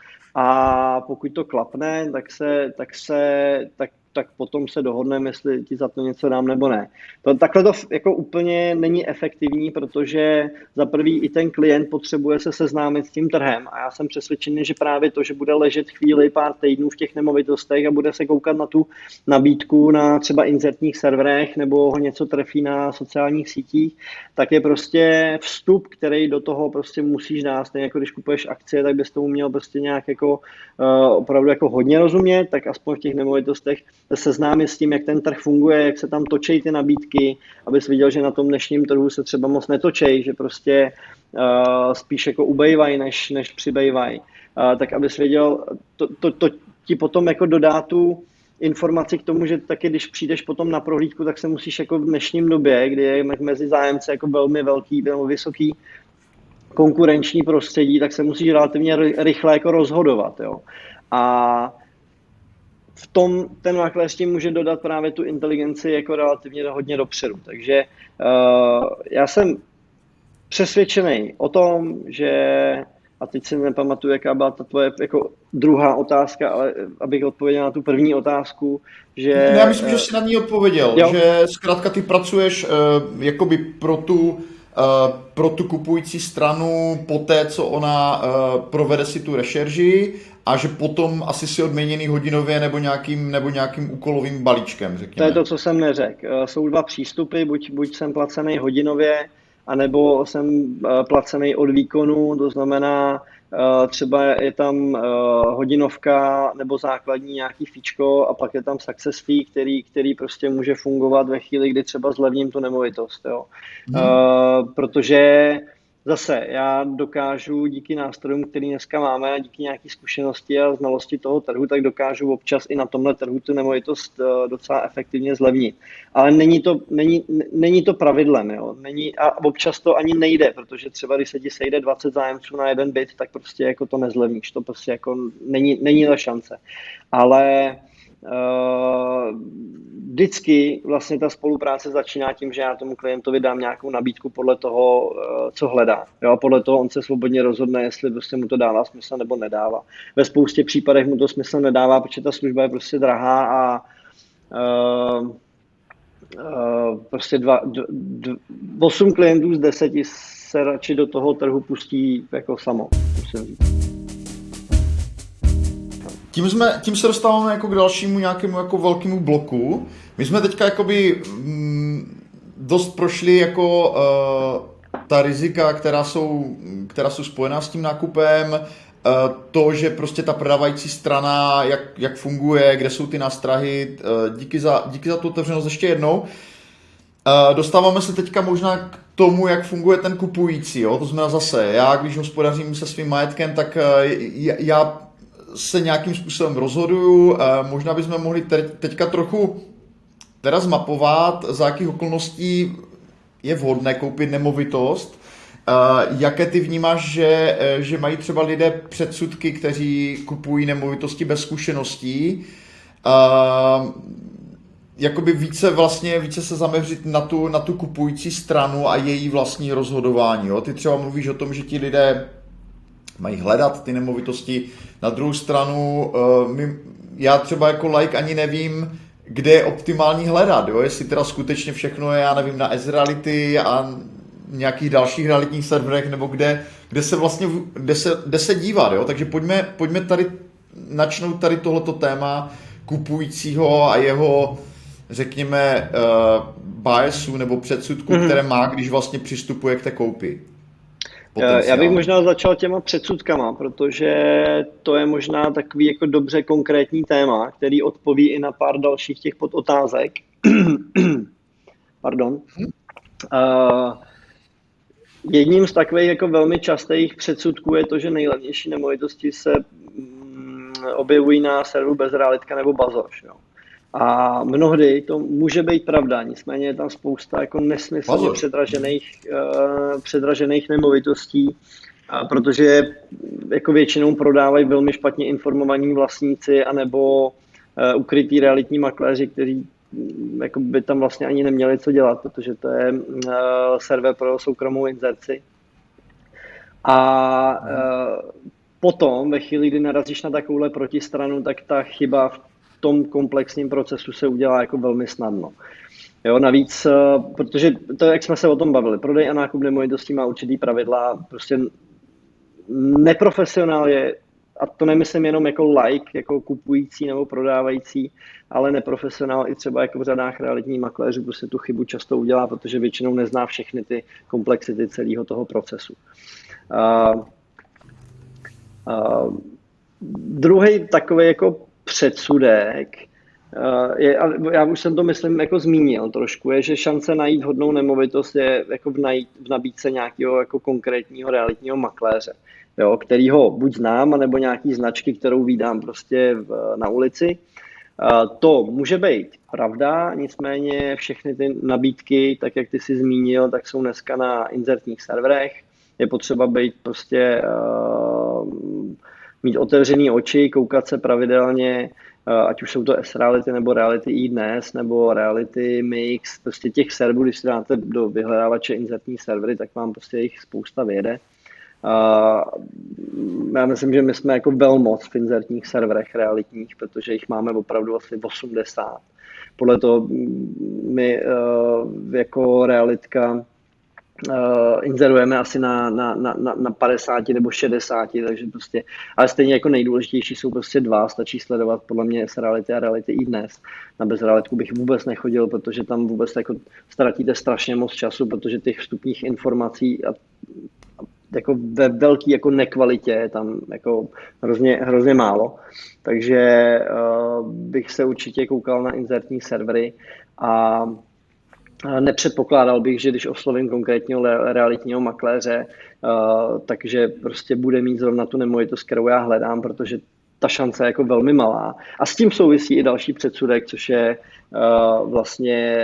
a pokud to klapne, tak se, tak se, tak, tak potom se dohodneme, jestli ti za to něco dám nebo ne. To, takhle to jako úplně není efektivní, protože za prvý i ten klient potřebuje se seznámit s tím trhem a já jsem přesvědčený, že právě to, že bude ležet chvíli, pár týdnů v těch nemovitostech a bude se koukat na tu nabídku na třeba inzertních serverech nebo ho něco trefí na sociálních sítích, tak je prostě vstup, který do toho prostě musíš dát. Stejně jako když kupuješ akcie, tak bys tomu měl prostě nějak jako uh, opravdu jako hodně rozumět, tak aspoň v těch nemovitostech seznámit s tím, jak ten trh funguje, jak se tam točí ty nabídky, abys viděl, že na tom dnešním trhu se třeba moc netočí, že prostě uh, spíš jako ubejvají, než, než přibejvají. Uh, tak abys věděl, to, to, to ti potom jako dodá tu informaci k tomu, že taky když přijdeš potom na prohlídku, tak se musíš jako v dnešním době, kdy je mezi zájemci jako velmi velký, velmi vysoký konkurenční prostředí, tak se musíš relativně rychle jako rozhodovat. Jo. A v tom ten makléř tím může dodat právě tu inteligenci jako relativně hodně dopředu. Takže uh, já jsem přesvědčený o tom, že, a teď si nepamatuju, jaká byla ta tvoje jako druhá otázka, ale abych odpověděl na tu první otázku, že... No, já myslím, že jsi na ní odpověděl, jo. že zkrátka ty pracuješ uh, jakoby pro tu Uh, pro tu kupující stranu po té, co ona uh, provede si tu rešerži a že potom asi si odměněný hodinově nebo nějakým, nebo nějakým úkolovým balíčkem, řekněme. To je to, co jsem neřekl. Uh, jsou dva přístupy, buď, buď jsem placený hodinově, anebo jsem uh, placený od výkonu, to znamená uh, třeba je tam uh, hodinovka nebo základní nějaký fíčko a pak je tam success fee, který, který prostě může fungovat ve chvíli, kdy třeba zlevním tu nemovitost. Jo. Hmm. Uh, protože zase já dokážu díky nástrojům, který dneska máme a díky nějaké zkušenosti a znalosti toho trhu, tak dokážu občas i na tomhle trhu tu nemovitost docela efektivně zlevnit. Ale není to, není, není to pravidlem. Jo? Není, a občas to ani nejde, protože třeba když se ti sejde dvacet zájemců na jeden byt, tak prostě jako to nezlevníš. To prostě jako není, není ta šance. Ale Uh, vždycky vlastně ta spolupráce začíná tím, že já tomu klientovi dám nějakou nabídku podle toho, uh, co hledá. Jo, podle toho on se svobodně rozhodne, jestli prostě mu to dává smysl nebo nedává. Ve spoustě případech mu to smysl nedává, protože ta služba je prostě drahá a uh, uh, prostě dva, d, d, osm klientů z deseti se radši do toho trhu pustí jako samo, musím říct. Tím, jsme, tím se dostáváme jako k dalšímu nějakému jako velkému bloku. My jsme teďka jakoby mm, dost prošli jako uh, ta rizika, která jsou, která jsou spojená s tím nákupem, uh, to, že prostě ta prodávající strana, jak, jak funguje, kde jsou ty nástrahy. Uh, díky, za, díky za tu otevřenost ještě jednou. Uh, dostáváme se teďka možná k tomu, jak funguje ten kupující. Jo? To znamená zase, já když hospodařím se svým majetkem, tak uh, já se nějakým způsobem rozhoduju. Možná bychom mohli teďka trochu teda zmapovat, za jakých okolností je vhodné koupit nemovitost, Jaké ty vnímáš, že, že mají třeba lidé předsudky, kteří kupují nemovitosti bez zkušeností? Jakoby více vlastně, více se zaměřit na tu, na tu kupující stranu a její vlastní rozhodování. Jo? Ty třeba mluvíš o tom, že ti lidé mají hledat ty nemovitosti. Na druhou stranu, my, já třeba jako laik ani nevím, kde je optimální hledat. Jo? Jestli teda skutečně všechno je, já nevím, na S-Reality a nějakých dalších realitních serverech, nebo kde, kde se vlastně, kde se, kde se dívat. Jo? Takže pojďme, pojďme tady načnout tady tohleto téma kupujícího a jeho, řekněme, uh, biasu nebo předsudku, mm-hmm. které má, když vlastně přistupuje k té koupi. Já bych možná začal těma předsudkama, protože to je možná takový jako dobře konkrétní téma, který odpoví i na pár dalších těch podotázek. Pardon. Uh, jedním z takových jako velmi častých předsudků je to, že nejlevnější nemovitosti se mm, objevují na serveru Bezrealitka nebo Bazoš. Jo. A mnohdy to může být pravda, nicméně je tam spousta jako nesmyslně předražených, uh, předražených nemovitostí, uh, protože jako většinou prodávají velmi špatně informovaní vlastníci anebo uh, ukrytí realitní makléři, kteří um, jako by tam vlastně ani neměli co dělat, protože to je uh, server pro soukromou inzerci. A uh, potom, ve chvíli, kdy narazíš na takovouhle protistranu, tak ta chyba v tom komplexním procesu se udělá jako velmi snadno. Jo, navíc, protože to, jak jsme se o tom bavili, prodej a nákup nemovitostí má určitý pravidla, prostě neprofesionál je, a to nemyslím jenom jako like, jako kupující nebo prodávající, ale neprofesionál i třeba jako v řadách realitních makléřů prostě tu chybu často udělá, protože většinou nezná všechny ty komplexity celého toho procesu. Uh, uh, druhý takový jako předsudek, je, já už jsem to myslím jako zmínil trošku, je, že šance najít hodnou nemovitost je jako v, najít, v nabídce nějakého jako konkrétního realitního makléře, jo, kterýho buď znám, anebo nějaký značky, kterou vídám prostě v, na ulici. To může být pravda, nicméně všechny ty nabídky, tak jak ty jsi zmínil, tak jsou dneska na inzertních serverech. Je potřeba být prostě uh, mít otevřený oči, koukat se pravidelně, ať už jsou to S-Reality nebo Reality i dnes, nebo Reality Mix, prostě těch serverů, když si dáte do vyhledávače inzertní servery, tak vám prostě jich spousta vyjede. Já myslím, že my jsme jako velmoc v inzertních serverech realitních, protože jich máme opravdu asi osmdesát. Podle toho my jako realitka Uh, inzerujeme asi na, na, na, na padesát nebo šedesát, takže prostě, ale stejně jako nejdůležitější jsou prostě dva, stačí sledovat podle mě S-Reality a Reality i dnes. Na Bezrealitku bych vůbec nechodil, protože tam vůbec jako ztratíte strašně moc času, protože těch vstupních informací a, a jako ve velký jako nekvalitě je tam jako hrozně, hrozně málo. Takže uh, bych se určitě koukal na inzertní servery a nepředpokládal bych, že když oslovím konkrétního realitního makléře, uh, takže prostě bude mít zrovna tu nemovitost, kterou já hledám, protože ta šance je jako velmi malá. A s tím souvisí i další předsudek, což je uh, vlastně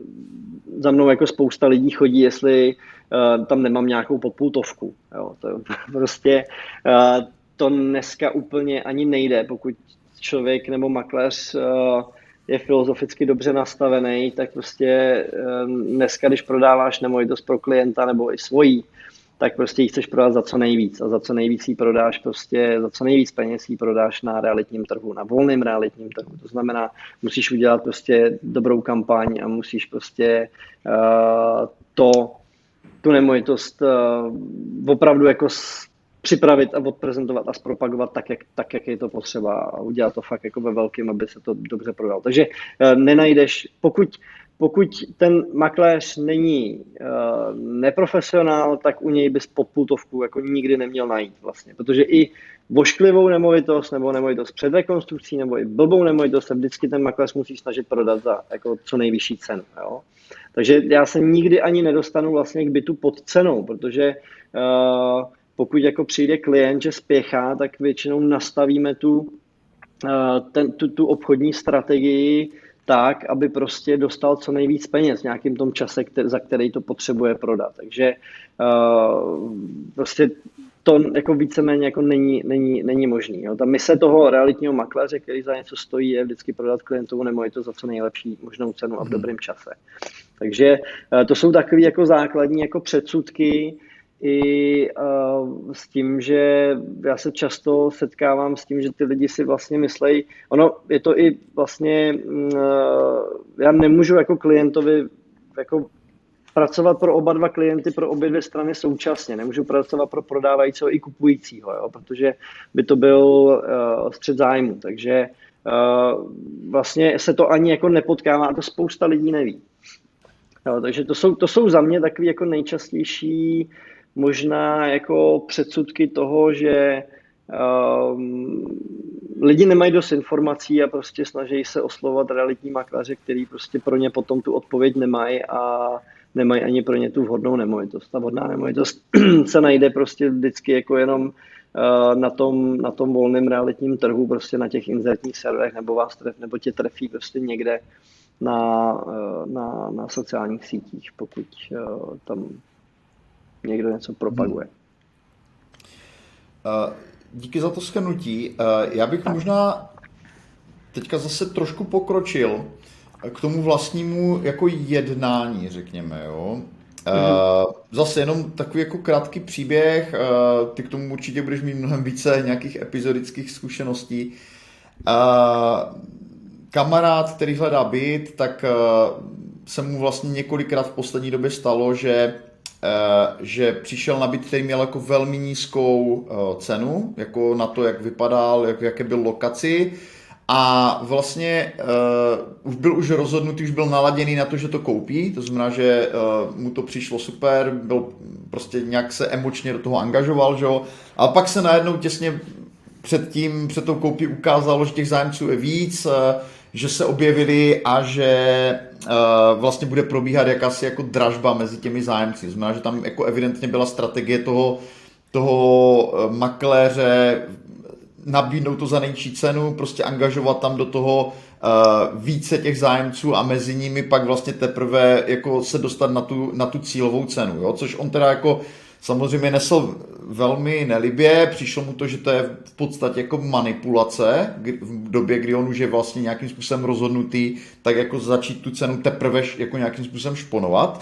za mnou jako spousta lidí chodí, jestli uh, tam nemám nějakou popultovku. Jo, to prostě uh, to dneska úplně ani nejde, pokud člověk nebo makléř uh, je filozoficky dobře nastavený, tak prostě dneska, když prodáváš nemovitost pro klienta nebo i svojí, tak prostě ji chceš prodat za co nejvíc a za co nejvíc ji prodáš prostě, za co nejvíc peněz ji prodáš na realitním trhu, na volném realitním trhu. To znamená, musíš udělat prostě dobrou kampaň a musíš prostě uh, to, tu nemovitost uh, opravdu jako připravit a odprezentovat a zpropagovat tak jak, tak, jak je to potřeba a udělat to fakt jako ve velkém, aby se to dobře prodalo. Takže uh, nenajdeš, pokud, pokud ten makléř není uh, neprofesionál, tak u něj bys popultovku jako nikdy neměl najít vlastně, protože i vošklivou nemovitost nebo nemovitost před rekonstrukcí nebo i blbou nemovitost se vždycky ten makléř musí snažit prodat za jako co nejvyšší cenu. Jo? Takže já se nikdy ani nedostanu vlastně k bytu pod cenou, protože uh, pokud jako přijde klient, že spěchá, tak většinou nastavíme tu, ten, tu, tu obchodní strategii tak, aby prostě dostal co nejvíc peněz v nějakým tom čase, který, za který to potřebuje prodat. Takže uh, prostě to jako víceméně jako není, není, není možný. Jo. Ta mise toho realitního makléře, který za něco stojí, je vždycky prodat klientovu nemovitost za co nejlepší možnou cenu a v dobrém čase. Takže uh, to jsou takové jako základní jako předsudky, i uh, s tím, že já se často setkávám s tím, že ty lidi si vlastně myslejí, ono je to i vlastně, uh, já nemůžu jako klientovi jako pracovat pro oba dva klienty, pro obě dvě strany současně, nemůžu pracovat pro prodávajícího i kupujícího, jo, protože by to byl uh, střet zájmu, takže uh, vlastně se to ani jako nepotkává a to spousta lidí neví. Jo, takže to jsou, to jsou za mě takový jako nejčastější možná jako předsudky toho, že um, lidi nemají dost informací a prostě snaží se oslovovat realitní makléře, který prostě pro ně potom tu odpověď nemají a nemají ani pro ně tu vhodnou nemovitost. Ta vhodná nemovitost se najde prostě vždycky jako jenom uh, na tom, na tom volném realitním trhu, prostě na těch inzertních serverech, nebo vás tref, nebo tě trefí prostě někde na, uh, na, na sociálních sítích, pokud uh, tam někdo něco propaguje. Hmm. Díky za to shrnutí. Já bych možná teďka zase trošku pokročil k tomu vlastnímu jako jednání, řekněme. Jo? Mm-hmm. Zase jenom takový jako krátký příběh. Ty k tomu určitě budeš mít mnohem více nějakých epizodických zkušeností. Kamarád, který hledá byt, tak se mu vlastně několikrát v poslední době stalo, že že přišel na byt, který měl jako velmi nízkou cenu, jako na to, jak vypadal, jak, jaké byl lokaci a vlastně uh, už byl už rozhodnutý, už byl naladěný na to, že to koupí, to znamená, že uh, mu to přišlo super, byl prostě nějak se emočně do toho angažoval, že jo, a pak se najednou těsně před tím, před tou koupí ukázalo, že těch zájemců je víc, uh, že se objevili a že uh, vlastně bude probíhat jakási jako dražba mezi těmi zájemci. Znamená, že tam jako evidentně byla strategie toho, toho makléře nabídnout to za nejnižší cenu, prostě angažovat tam do toho uh, více těch zájemců a mezi nimi pak vlastně teprve jako se dostat na tu, na tu cílovou cenu, jo? Což on teda jako samozřejmě nesl velmi nelibě, přišlo mu to, že to je v podstatě jako manipulace v době, kdy on už je vlastně nějakým způsobem rozhodnutý, tak jako začít tu cenu teprve jako nějakým způsobem šponovat.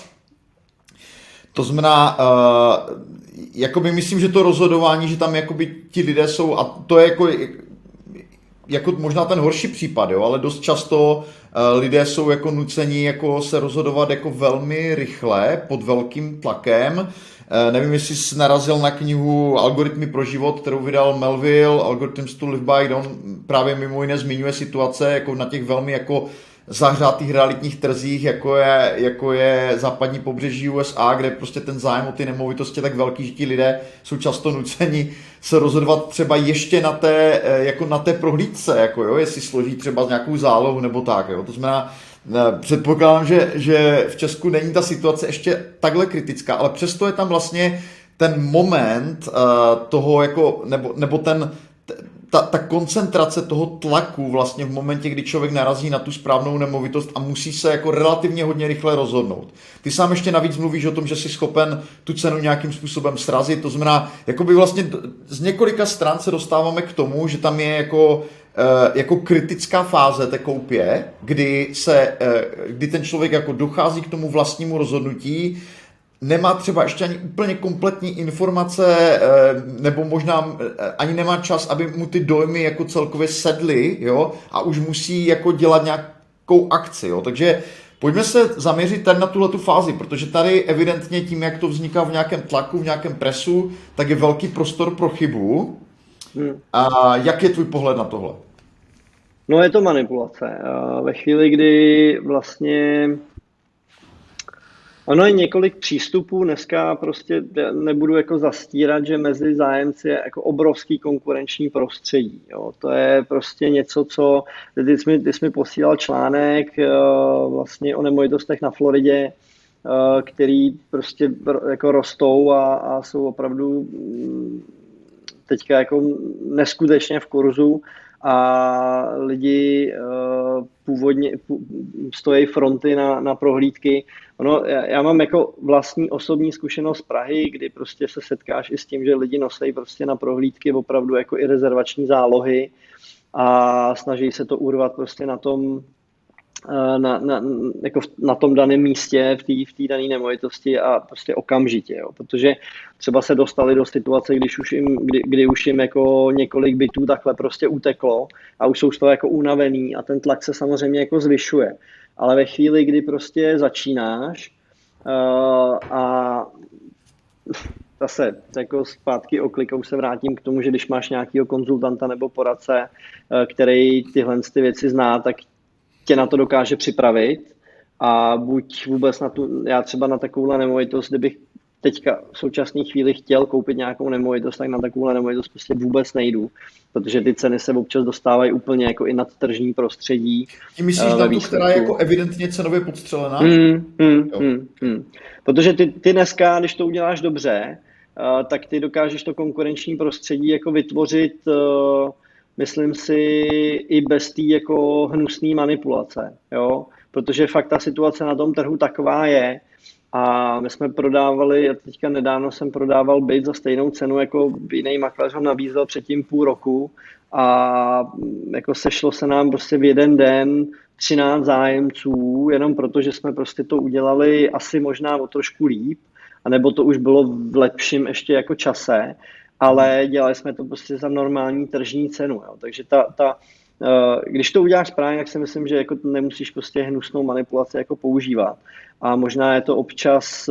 To znamená, uh, jakoby myslím, že to rozhodování, že tam jakoby ti lidé jsou, a to je jako, jako možná ten horší případ, jo, ale dost často uh, lidé jsou jako nuceni jako se rozhodovat jako velmi rychle, pod velkým tlakem. Nevím, jestli jsi narazil na knihu Algoritmy pro život, kterou vydal Melville, Algorithms to live by, kde on právě mimo jiné zmiňuje situace jako na těch velmi jako zahřátých realitních trzích, jako je, jako je západní pobřeží U S A, kde prostě ten zájem o ty nemovitosti je tak velký, že ti lidé jsou často nuceni se rozhodovat třeba ještě na té, jako na té prohlídce, jako jo, jestli složí třeba nějakou zálohu nebo tak, jo. To znamená, předpokládám, že, že v Česku není ta situace ještě takhle kritická, ale přesto je tam vlastně ten moment uh, toho, jako, nebo, nebo ten, ta, ta koncentrace toho tlaku vlastně v momentě, kdy člověk narazí na tu správnou nemovitost a musí se jako relativně hodně rychle rozhodnout. Ty sám ještě navíc mluvíš o tom, že jsi schopen tu cenu nějakým způsobem srazit, to znamená, jakoby vlastně z několika stran se dostáváme k tomu, že tam je jako jako kritická fáze té koupě, kdy, se, kdy ten člověk jako dochází k tomu vlastnímu rozhodnutí, nemá třeba ještě ani úplně kompletní informace, nebo možná ani nemá čas, aby mu ty dojmy jako celkově sedly, jo, a už musí jako dělat nějakou akci, jo, takže pojďme se zaměřit tady na tuhletu fázi, protože tady evidentně tím, jak to vzniká v nějakém tlaku, v nějakém presu, tak je velký prostor pro chybu. Hmm. A jak je tvůj pohled na tohle? No je to manipulace. Ve chvíli, kdy vlastně ono je několik přístupů, dneska prostě nebudu jako zastírat, že mezi zájemci je jako obrovský konkurenční prostředí. Jo. To je prostě něco, co, ty jsi mi, ty jsi mi posílal článek vlastně o nemovitostech na Floridě, který prostě jako rostou a, a jsou opravdu teďka jako neskutečně v kurzu a lidi uh, původně stojí fronty na, na prohlídky. Ono, já, já mám jako vlastní osobní zkušenost z Prahy, kdy prostě se setkáš i s tím, že lidi nosí prostě na prohlídky opravdu jako i rezervační zálohy a snaží se to urvat prostě na tom, na, na, jako na tom daném místě, v té v té dané nemovitosti a prostě okamžitě, jo. Protože třeba se dostali do situace, když už jim, kdy, kdy už jim jako několik bytů takhle prostě uteklo a už jsou z toho jako unavený a ten tlak se samozřejmě jako zvyšuje. Ale ve chvíli, kdy prostě začínáš uh, a zase jako zpátky oklikou se vrátím k tomu, že když máš nějakého konzultanta nebo poradce, který tyhle ty věci zná, tak tě na to dokáže připravit a buď vůbec na tu, já třeba na takovouhle nemovitost, kdybych teďka v současné chvíli chtěl koupit nějakou nemovitost, tak na takovouhle nemovitost prostě vůbec nejdu, protože ty ceny se občas dostávají úplně jako i nad tržní prostředí. Ty myslíš na tu, která je jako evidentně cenově podstřelená? Mm, mm, mm, mm. Protože ty, ty dneska, když to uděláš dobře, uh, tak ty dokážeš to konkurenční prostředí jako vytvořit, uh, myslím si, i bez té jako hnusné manipulace, jo? Protože fakt ta situace na tom trhu taková je a my jsme prodávali, já teďka nedávno jsem prodával byt za stejnou cenu, jako jiný makléř ho nabízel předtím půl roku a jako sešlo se nám prostě v jeden den třináct zájemců, jenom proto, že jsme prostě to udělali asi možná o trošku líp, anebo to už bylo v lepším ještě jako čase, ale dělali jsme to prostě za normální tržní cenu. Jo. Takže ta, ta, když to uděláš správně, tak si myslím, že jako nemusíš prostě hnusnou manipulaci jako používat. A možná je to občas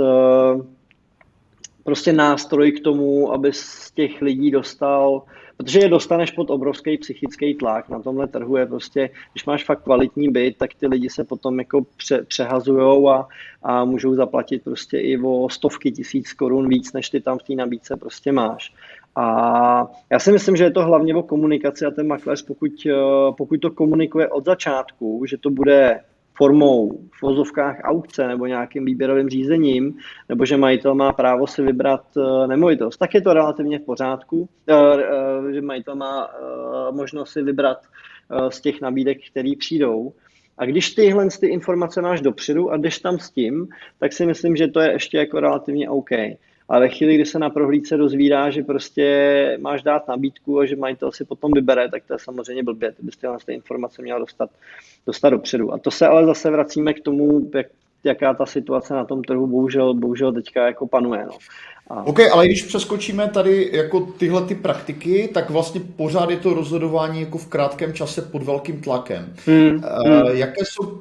prostě nástroj k tomu, aby z těch lidí dostal, protože je dostaneš pod obrovský psychický tlak. Na tomhle trhu je prostě, když máš fakt kvalitní byt, tak ty lidi se potom jako pře, přehazujou a, a můžou zaplatit prostě i o stovky tisíc korun víc, než ty tam v té nabídce prostě máš. A já si myslím, že je to hlavně o komunikaci a ten makléř, pokud, pokud to komunikuje od začátku, že to bude formou v vozovkách aukce nebo nějakým výběrovým řízením, nebo že majitel má právo si vybrat nemovitost, tak je to relativně v pořádku, že majitel má možnost si vybrat z těch nabídek, které přijdou. A když tyhle ty informace máš dopředu a jdeš tam s tím, tak si myslím, že to je ještě jako relativně OK. Ale ve chvíli, kdy se na prohlídce dozvídá, že prostě máš dát nabídku a že majitel si potom vybere, tak to je samozřejmě blbě. Ty bys tyhle informace měl dostat, dostat dopředu. A to se ale zase vracíme k tomu, jak, jaká ta situace na tom trhu bohužel, bohužel teďka jako panuje. No. A... OK, ale když přeskočíme tady jako tyhle ty praktiky, tak vlastně pořád je to rozhodování jako v krátkém čase pod velkým tlakem. Hmm, hmm. Uh, jaké jsou,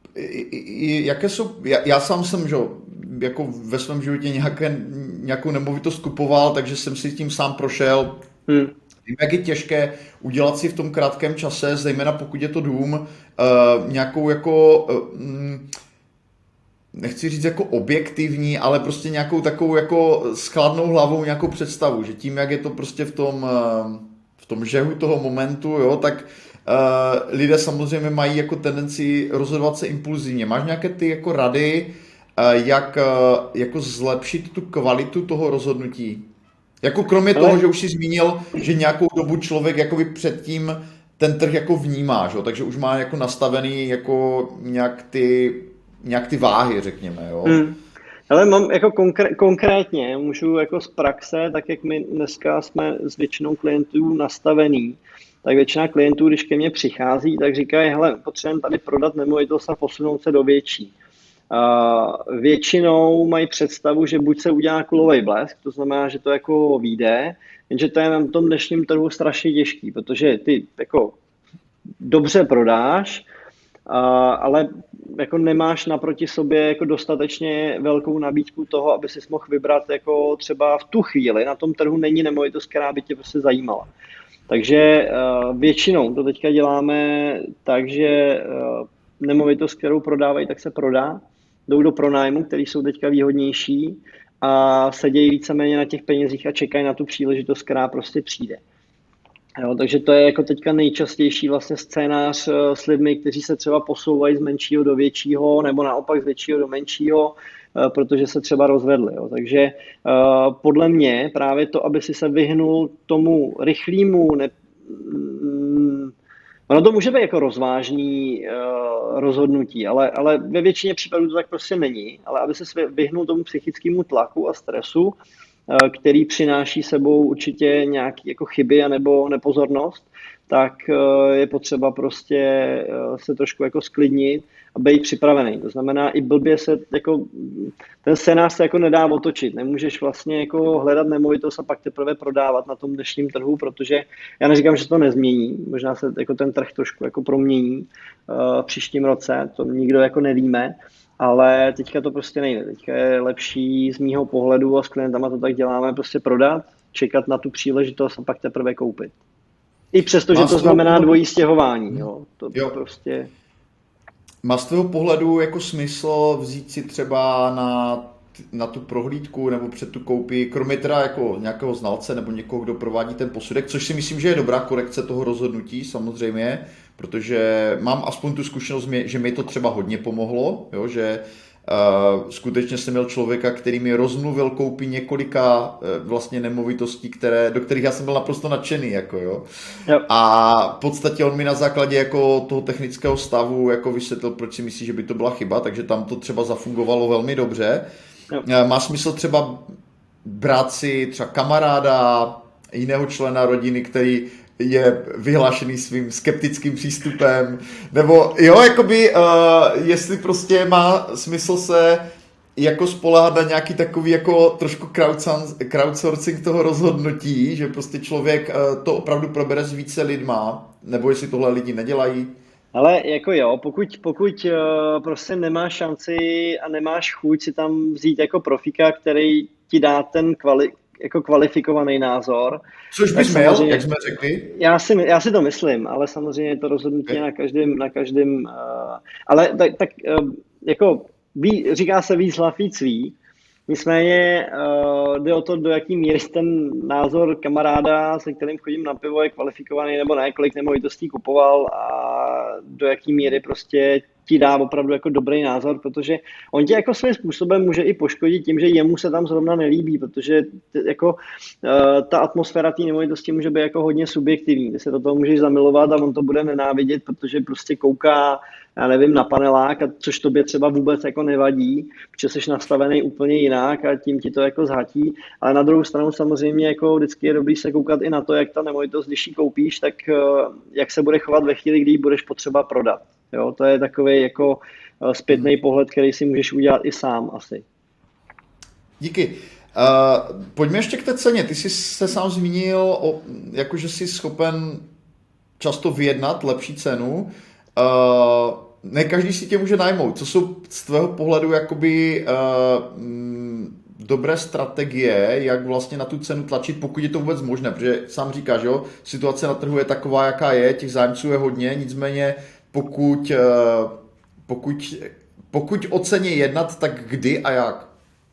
jaké jsou, já, já sám jsem, že jako ve svém životě nějaké, nějakou nemovitost kupoval, takže jsem si tím sám prošel. Hmm. Vím, jak je těžké udělat si v tom krátkém čase, zejména pokud je to dům, uh, nějakou jako, uh, nechci říct jako objektivní, ale prostě nějakou takovou jako s chladnou hlavou nějakou představu, že tím, jak je to prostě v tom, uh, v tom žehu toho momentu, jo, tak uh, lidé samozřejmě mají jako tendenci rozhodovat se impulzivně. Máš nějaké ty jako rady, jak jako zlepšit tu kvalitu toho rozhodnutí? Jako kromě Ale... toho, že už jsi zmínil, že nějakou dobu člověk jakoby předtím ten trh jako vnímá, že? Takže už má jako nastavený jako nějak ty, nějak ty váhy, řekněme. Jo? Hmm. Ale mám jako konkr- konkrétně, můžu jako z praxe, tak jak my dneska jsme s většinou klientů nastavený, tak většina klientů, když ke mně přichází, tak říkají, hele, potřebujeme tady prodat nemovitost a posunout se do větší. Uh, většinou mají představu, že buď se udělá kulový blesk, to znamená, že to jako vyjde, jenže to je na tom dnešním trhu strašně těžký, protože ty jako dobře prodáš, uh, ale jako nemáš naproti sobě jako dostatečně velkou nabídku toho, aby si mohl vybrat jako třeba v tu chvíli. Na tom trhu není nemovitost, která by tě prostě zajímala. Takže uh, většinou to teďka děláme tak, že uh, nemovitost, kterou prodávají, tak se prodá. Jdou do pronájmu, který jsou teďka výhodnější a sedějí víceméně na těch penězích a čekají na tu příležitost, která prostě přijde. Jo, takže to je jako teďka nejčastější vlastně scénář s lidmi, kteří se třeba posouvají z menšího do většího nebo naopak z většího do menšího, protože se třeba rozvedli. Jo. Takže uh, podle mě právě to, aby si se vyhnul tomu rychlému, ne, Ono to může být jako rozvážný uh, rozhodnutí, ale, ale ve většině případů to tak prostě není. Ale aby se vyhnul tomu psychickému tlaku a stresu, uh, který přináší sebou určitě nějaké jako chyby anebo nepozornost, tak uh, je potřeba prostě uh, se trošku jako sklidnit a být připravený. To znamená, i blbě se jako, ten scénář se jako nedá otočit. Nemůžeš vlastně jako hledat nemovitost a pak teprve prodávat na tom dnešním trhu, protože já neříkám, že to nezmění. Možná se jako ten trh trošku jako promění uh, v příštím roce, to nikdo jako nevíme, ale teďka to prostě nejde. Teďka je lepší z mýho pohledu a s klientama to tak děláme, prostě prodat, čekat na tu příležitost a pak teprve koupit. I přesto, že to znamená dvojí stěhování. Jo. To jo. prostě... Má z tvého pohledu jako smysl vzít si třeba na, na tu prohlídku nebo před tu koupi, kromě teda jako nějakého znalce nebo někoho, kdo provádí ten posudek, což si myslím, že je dobrá korekce toho rozhodnutí samozřejmě, protože mám aspoň tu zkušenost, že mi to třeba hodně pomohlo, jo, že Uh, skutečně jsem měl člověka, který mi rozmluvil koupi několika uh, vlastně nemovitostí, které, do kterých já jsem byl naprosto nadšený, jako jo. Jo. A v podstatě on mi na základě jako toho technického stavu jako vysvětlil, proč si myslí, že by to byla chyba, takže tam to třeba zafungovalo velmi dobře. Jo. Uh, má smysl třeba brát si třeba kamaráda, jiného člena rodiny, který je vyhlášený svým skeptickým přístupem, nebo jo, jakoby, uh, jestli prostě má smysl se jako spoléhat na nějaký takový jako trošku crowdsourcing toho rozhodnutí, že prostě člověk uh, to opravdu probere s více lidma, nebo jestli tohle lidi nedělají. Ale jako jo, pokud, pokud uh, prostě nemáš šanci a nemáš chuť si tam vzít jako profíka, který ti dá ten kvali- jako kvalifikovaný názor. Což bys měl, jak jsme řekli? Já si, já si to myslím, ale samozřejmě to rozhodnutí okay. na každém, na každém, uh, ale tak, tak uh, jako ví, říká se víc hlav víc ví, nicméně uh, jde o to, do jaký míry ten názor kamaráda, se kterým chodím na pivo, je kvalifikovaný nebo ne, kolik nemovitostí kupoval a do jaký míry prostě ti dá opravdu jako dobrý názor, protože on tě jako svým způsobem může i poškodit tím, že jemu se tam zrovna nelíbí, protože t, jako uh, ta atmosféra té nemovitosti může být jako hodně subjektivní, ty se do toho můžeš zamilovat a on to bude nenávidět, protože prostě kouká, já nevím, na panelák, a což tobě třeba vůbec jako nevadí, protože jsi nastavený úplně jinak a tím ti to jako zhatí, ale na druhou stranu samozřejmě jako vždycky je dobrý se koukat i na to, jak ta nemovitost, když ji koupíš, tak uh, jak se bude chovat ve chvíli, kdy ji budeš potřeba prodat. Jo, to je takový jako zpětný pohled, který si můžeš udělat i sám asi. Díky. Uh, pojďme ještě k té ceně. Ty jsi se sám zmínil, o, jako že jsi schopen často vyjednat lepší cenu. Uh, ne každý si tě může najmout. Co jsou z tvého pohledu jakoby uh, m, dobré strategie, jak vlastně na tu cenu tlačit, pokud je to vůbec možné, protože sám říkáš, že jo, situace na trhu je taková, jaká je, těch zájemců je hodně, nicméně pokud, pokud, pokud o ceně jednat, tak kdy a jak?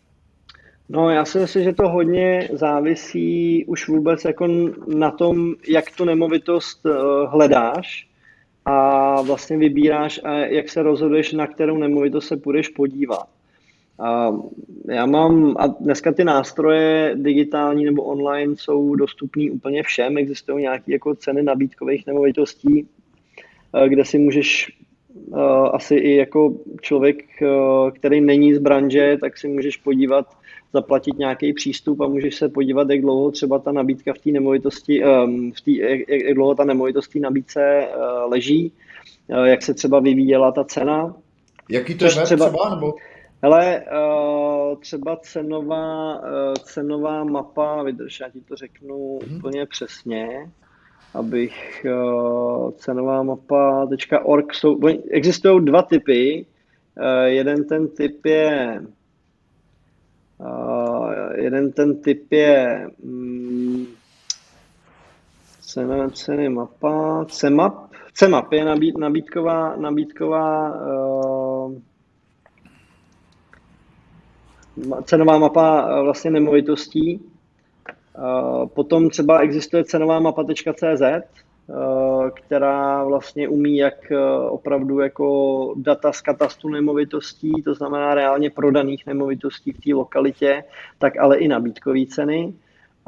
No, já si myslím, že to hodně závisí už vůbec jako na tom, jak tu nemovitost hledáš a vlastně vybíráš a jak se rozhoduješ, na kterou nemovitost se půjdeš podívat. A já mám, a dneska ty nástroje digitální nebo online jsou dostupný úplně všem, existují nějaké jako ceny nabídkových nemovitostí, kde si můžeš uh, asi i jako člověk, uh, který není z branže, tak si můžeš podívat, zaplatit nějaký přístup a můžeš se podívat, jak dlouho třeba ta nabídka v té nemovitosti, um, v tý, jak, jak dlouho ta nemovitost v té nabídce uh, leží, uh, jak se třeba vyvíjela ta cena. Jaký to je web třeba? třeba nebo? Hele, uh, třeba cenová, uh, cenová mapa, vydrž, já ti to řeknu hmm. úplně přesně, abych uh, cenová mapa .org jsou, existují dva typy, uh, jeden ten typ je uh, jeden ten typ je um, cena, ceny mapa, CEMAP, CEMAP je nabít, nabídková, nabídková uh, cenová mapa vlastně nemovitostí. Potom třeba existuje cenová mapa.cz, která vlastně umí jak opravdu jako data z katastru nemovitostí, to znamená reálně prodaných nemovitostí v té lokalitě, tak ale i nabídkové ceny.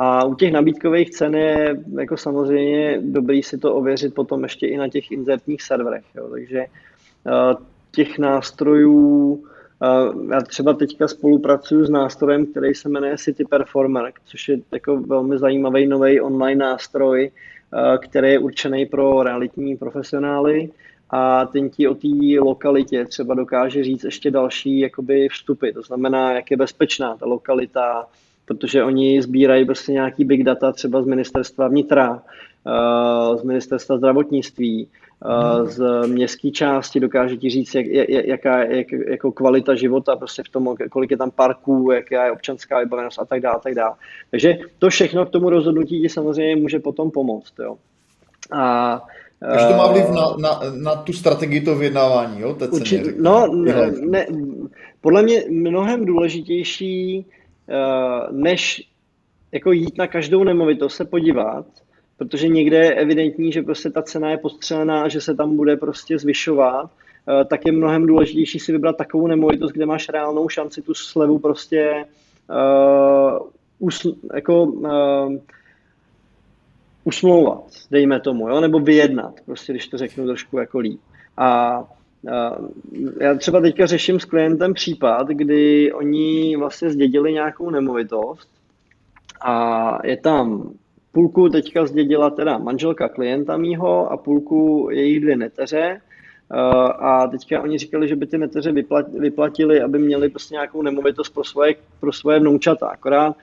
A u těch nabídkových cen je jako samozřejmě dobrý si to ověřit potom ještě i na těch inzertních serverech. Jo. Takže uh, těch nástrojů, uh, já třeba teďka spolupracuju s nástrojem, který se jmenuje City Performer, což je jako velmi zajímavý nový online nástroj, uh, který je určený pro realitní profesionály. A ten ti o té lokalitě třeba dokáže říct ještě další jakoby vstupy. To znamená, jak je bezpečná ta lokalita, protože oni sbírají prostě nějaký big data třeba z ministerstva vnitra, z ministerstva zdravotnictví, z městské části, dokáže ti říct, jak, jaká je jak, jako kvalita života prostě v tom, kolik je tam parků, jaká je občanská vybavenost a tak dále, tak dále. Takže to všechno k tomu rozhodnutí ti samozřejmě může potom pomoct. Jo. A takže to má vliv na, na, na tu strategii toho vyjednávání, jo? Té ceně, určitě, no, ne, ne, podle mě mnohem důležitější, než jako jít na každou nemovitost se podívat, protože někde je evidentní, že prostě ta cena je podstřelená a že se tam bude prostě zvyšovat, tak je mnohem důležitější si vybrat takovou nemovitost, kde máš reálnou šanci tu slevu prostě uh, us, jako uh, usmlouvat, dejme tomu, jo? Nebo vyjednat, prostě když to řeknu trošku jako líp. A já třeba teďka řeším s klientem případ, kdy oni vlastně zdědili nějakou nemovitost a je tam půlku teďka zdědila teda manželka klienta mýho a půlku jejich dvě neteře a teďka oni říkali, že by ty neteře vyplatili, aby měli prostě nějakou nemovitost pro svoje, pro svoje vnoučata. Akorát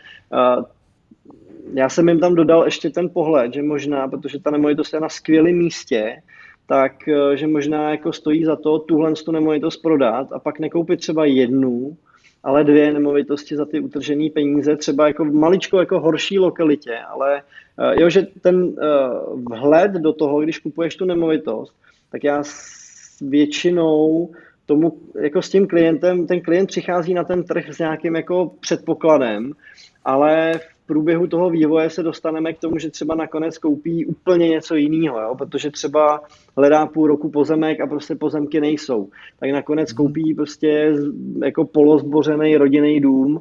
já jsem jim tam dodal ještě ten pohled, že možná, protože ta nemovitost je na skvělém místě, tak že možná jako stojí za to tuhle tu nemovitost prodat a pak nekoupit třeba jednu, ale dvě nemovitosti za ty utržené peníze, třeba jako v maličko jako horší lokalitě, ale jo, že ten vhled do toho, když kupuješ tu nemovitost, tak já většinou tomu, jako s tím klientem, ten klient přichází na ten trh s nějakým jako předpokladem, ale v průběhu toho vývoje se dostaneme k tomu, že třeba nakonec koupí úplně něco jiného, jo? Protože třeba hledá půl roku pozemek a prostě pozemky nejsou. Tak nakonec koupí prostě jako polozbořený rodinný dům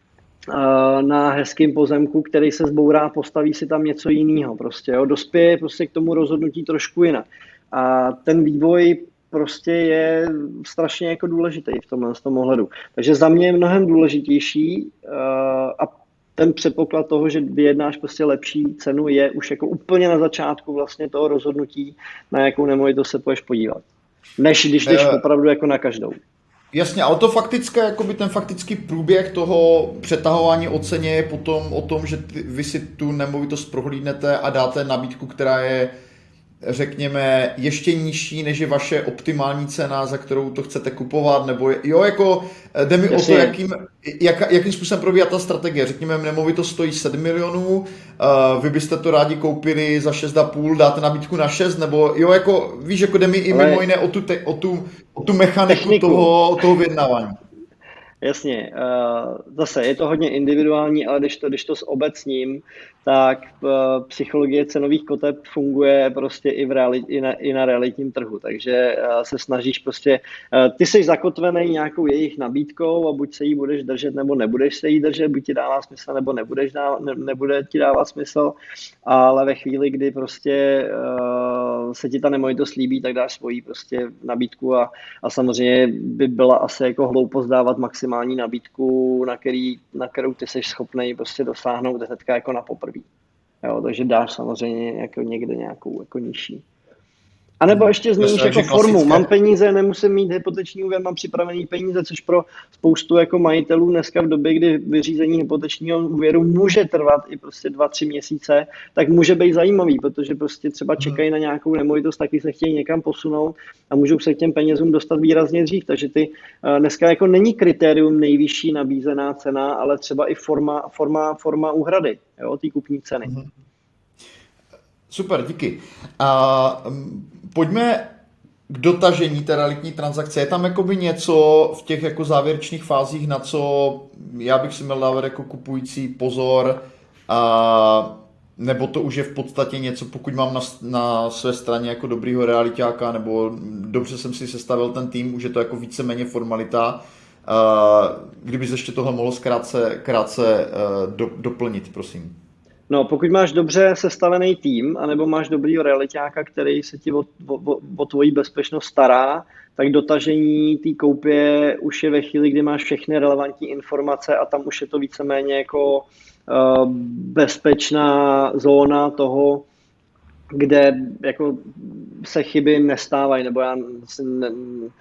na hezkým pozemku, který se zbourá, postaví si tam něco jiného. Prostě, jo? Dospěje prostě k tomu rozhodnutí trošku jinak. A ten vývoj prostě je strašně jako důležitý v tomhle z tom ohledu. Takže za mě je mnohem důležitější a ten předpoklad toho, že vyjednáš prostě lepší cenu, je už jako úplně na začátku vlastně toho rozhodnutí, na jakou nemovitost se půjdeš podívat. Než když jdeš uh, opravdu jako na každou. Jasně, ale to faktické, jakoby ten faktický průběh toho přetahování o ceně je potom o tom, že ty, vy si tu nemovitost prohlídnete a dáte nabídku, která je, řekněme, ještě nižší, než je vaše optimální cena, za kterou to chcete kupovat, nebo jo, jako jde mi Jasně. o to, jakým, jak, jakým způsobem probíhá ta strategie. Řekněme, nemovitost stojí sedm milionů, uh, vy byste to rádi koupili za šest a půl, dáte nabídku na šest, nebo jo, jako víš, jako jde mi i mimo jiné o tu, te, o tu, o tu mechaniku toho, toho vyjednávání. Jasně, zase je to hodně individuální, ale když to, když to zobecním, tak psychologie cenových koteb funguje prostě i, v realit, i, na, i na realitním trhu, takže se snažíš prostě, ty jsi zakotvený nějakou jejich nabídkou a buď se jí budeš držet, nebo nebudeš se jí držet, buď ti dává smysl, nebo nebudeš dávat, ne, nebude ti dávat smysl, ale ve chvíli, kdy prostě se ti ta nemovitost líbí, tak dáš svoji prostě nabídku a, a samozřejmě by byla asi jako hloupost dávat maximální nabídku, na, který, na kterou ty jsi schopný prostě dosáhnout hnedka jako na poprvé. Jo, takže dáš samozřejmě jako někde nějakou jako nižší. A nebo ještě změníš jako formu. Klasické. Mám peníze, nemusím mít hypoteční úvěr, mám připravený peníze, což pro spoustu jako majitelů dneska v době, kdy vyřízení hypotečního úvěru může trvat i prostě dva, tři měsíce, tak může být zajímavý, protože prostě třeba čekají na nějakou nemovitost, taky se chtějí někam posunout a můžou se k těm penězům dostat výrazně dřív. Takže ty dneska jako není kritérium nejvyšší nabízená cena, ale třeba i forma, forma, forma úhrady, jo, té kupní ceny. Mm-hmm. Super, díky. A pojďme k dotažení té realitní transakce. Je tam jakoby něco v těch jako závěrečných fázích, na co já bych si měl dávat jako kupující pozor, a nebo to už je v podstatě něco, pokud mám na, na své straně jako dobrýho realitáka, nebo dobře jsem si sestavil ten tým, už je to jako víceméně formalita. Kdybys ještě tohle mohl krátce, krátce do, doplnit, prosím. No, pokud máš dobře sestavený tým, anebo máš dobrýho realitáka, který se ti o, o, o tvoji bezpečnost stará, tak dotažení té koupě už je ve chvíli, kdy máš všechny relevantní informace a tam už je to víceméně jako uh, bezpečná zóna toho, kde jako se chyby nestávají, nebo já si ne,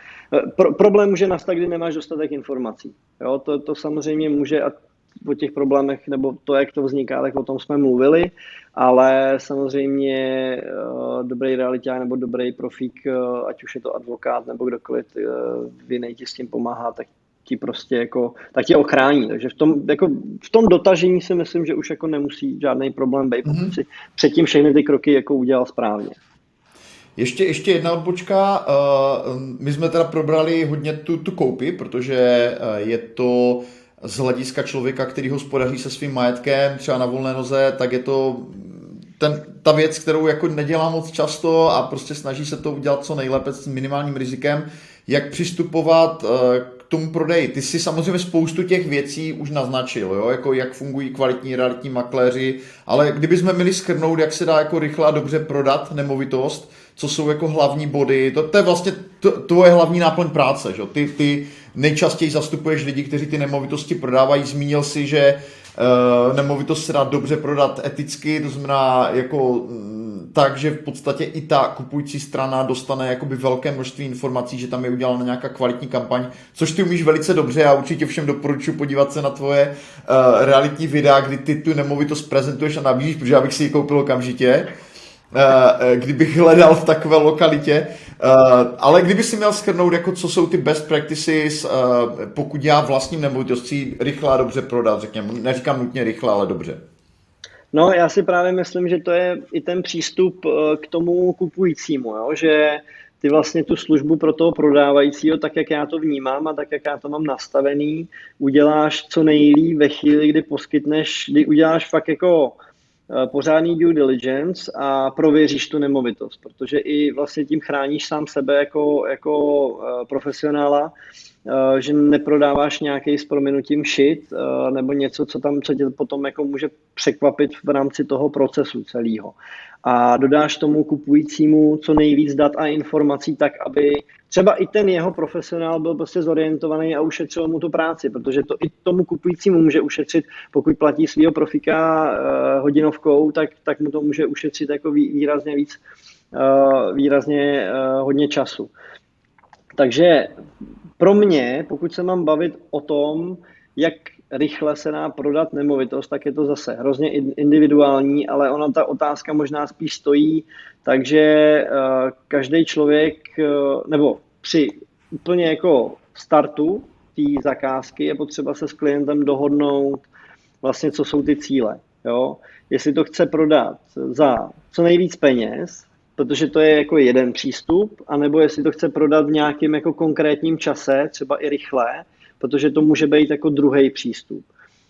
pro, problém může nastat, kdy nemáš dostatek informací. Jo, to, to samozřejmě může, a o těch problémech, nebo to, jak to vzniká, tak o tom jsme mluvili, ale samozřejmě uh, dobrý realiták nebo dobrý profík, uh, ať už je to advokát nebo kdokoliv uh, jiný ti s tím pomáhá, tak ti prostě jako, tak tě ochrání. Takže v tom, jako, v tom dotažení si myslím, že už jako nemusí žádný problém být, pokud si předtím všechny ty kroky jako udělal správně. Ještě, ještě jedna odbočka. My jsme teda probrali hodně tu, tu koupi, protože je to z hlediska člověka, který hospodaří se svým majetkem, třeba na volné noze, tak je to ten, ta věc, kterou jako nedělá moc často a prostě snaží se to udělat co nejlépe s minimálním rizikem. Jak přistupovat k tomu prodeji? Ty si samozřejmě spoustu těch věcí už naznačil, jo? Jako jak fungují kvalitní realitní makléři, ale kdybychom měli shrnout, jak se dá jako rychle a dobře prodat nemovitost, co jsou jako hlavní body, to, to je vlastně to, tvoje hlavní náplň práce, že? Ty, ty nejčastěji zastupuješ lidi, kteří ty nemovitosti prodávají. Zmínil si, že uh, nemovitost se dá dobře prodat eticky, to znamená jako tak, že v podstatě i ta kupující strana dostane jakoby velké množství informací, že tam je udělána nějaká kvalitní kampaň, což ty umíš velice dobře a určitě všem doporučuji podívat se na tvoje uh, realitní videa, kdy ty tu nemovitost prezentuješ a nabízíš, protože já bych si ji koupil okamžitě, uh, kdybych hledal v takové lokalitě. Uh, ale kdyby si měl shrnout, jako co jsou ty best practices, uh, pokud já vlastním nemovitostí rychle a dobře prodat, řekněme, neříkám nutně rychle, ale dobře. No, já si právě myslím, že to je i ten přístup k tomu kupujícímu, jo? Že ty vlastně tu službu pro toho prodávajícího, tak jak já to vnímám a tak jak já to mám nastavený, uděláš co nejlíp ve chvíli, kdy poskytneš, kdy uděláš fakt jako pořádný due diligence a prověříš tu nemovitost, protože i vlastně tím chráníš sám sebe jako, jako profesionála, že neprodáváš nějaký s prominutím shit nebo něco, co tam co tě potom jako může překvapit v rámci toho procesu celého. A dodáš tomu kupujícímu co nejvíc dat a informací tak, aby třeba i ten jeho profesionál byl prostě zorientovaný a ušetřil mu tu práci, protože to i tomu kupujícímu může ušetřit, pokud platí svýho profika uh, hodinovkou, tak, tak mu to může ušetřit jako vý, výrazně víc, uh, výrazně uh, hodně času. Takže pro mě, pokud se mám bavit o tom, jak rychle se dá prodat nemovitost, tak je to zase hrozně individuální, ale ona ta otázka možná spíš stojí, takže uh, každý člověk, uh, nebo při úplně jako startu té zakázky je potřeba se s klientem dohodnout vlastně, co jsou ty cíle. Jo? Jestli to chce prodat za co nejvíc peněz, protože to je jako jeden přístup, anebo jestli to chce prodat v nějakém jako konkrétním čase, třeba i rychle, protože to může být jako druhý přístup.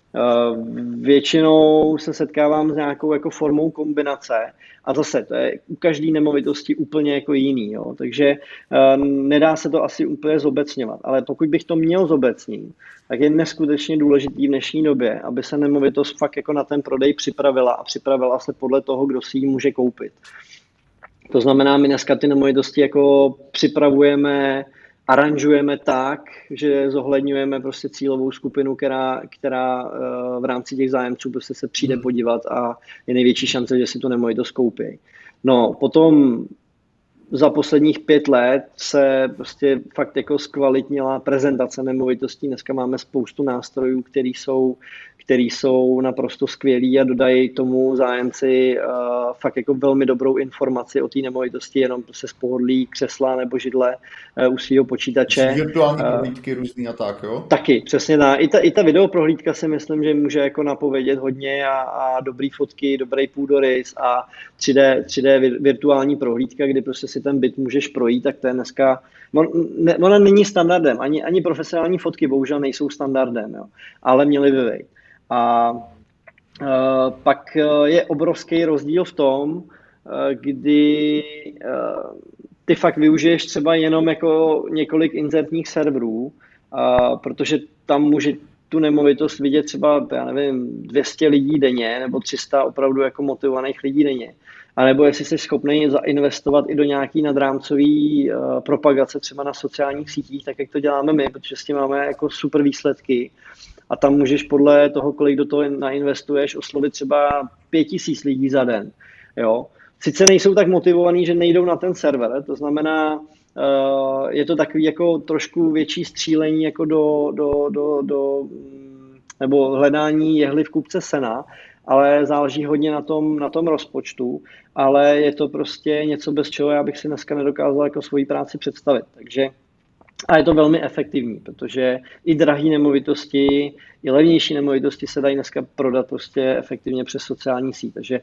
Většinou se setkávám s nějakou jako formou kombinace a zase to je u každé nemovitosti úplně jako jiný, jo? Takže nedá se to asi úplně zobecňovat, ale pokud bych to měl zobecnit, tak je neskutečně důležitý v dnešní době, aby se nemovitost fakt jako na ten prodej připravila a připravila se podle toho, kdo si ji může koupit. To znamená, my dneska ty nemovitosti jako připravujeme, aranžujeme tak, že zohledňujeme prostě cílovou skupinu, která, která v rámci těch zájemců prostě se přijde podívat a je největší šance, že si tu nemovitost koupí. No, potom za posledních pět let se prostě fakt jako zkvalitnila prezentace nemovitostí. Dneska máme spoustu nástrojů, které jsou, který jsou naprosto skvělý a dodají tomu zájemci uh, fakt jako velmi dobrou informaci o té nemovitosti, jenom prostě z pohodlí křesla nebo židle uh, u svého počítače. Virtuální prohlídky uh, různý a tak, jo? Taky, přesně tak. I ta, i ta videoprohlídka si myslím, že může jako napovědět hodně a, a dobrý fotky, dobrý půdorys a tři dé, tři dé virtuální prohlídka, kdy prostě si ten byt můžeš projít, tak to je dneska, on, ne, ona není standardem, ani, ani profesionální fotky bohužel nejsou standardem, jo, ale měly by být. A uh, pak je obrovský rozdíl v tom, uh, kdy uh, ty fakt využiješ třeba jenom jako několik inzertních serverů, uh, protože tam může tu nemovitost vidět třeba, já nevím, dvě stě lidí denně nebo tři sta opravdu jako motivovaných lidí denně. A nebo jestli jsi schopný zainvestovat i do nějaký nadrámcový uh, propagace třeba na sociálních sítích, tak jak to děláme my, protože s tím máme jako super výsledky. A tam můžeš podle toho, kolik do toho nainvestuješ, oslovit třeba pět tisíc lidí za den. Jo? Sice nejsou tak motivovaní, že nejdou na ten server, to znamená, uh, je to takový jako trošku větší střílení jako do, do, do, do nebo hledání jehly v kupce sena, ale záleží hodně na tom, na tom rozpočtu, ale je to prostě něco, bez čeho já bych si dneska nedokázal jako svoji práci představit. Takže a je to velmi efektivní, protože i drahé nemovitosti, i levnější nemovitosti se dají dneska prodat prostě efektivně přes sociální síť. Takže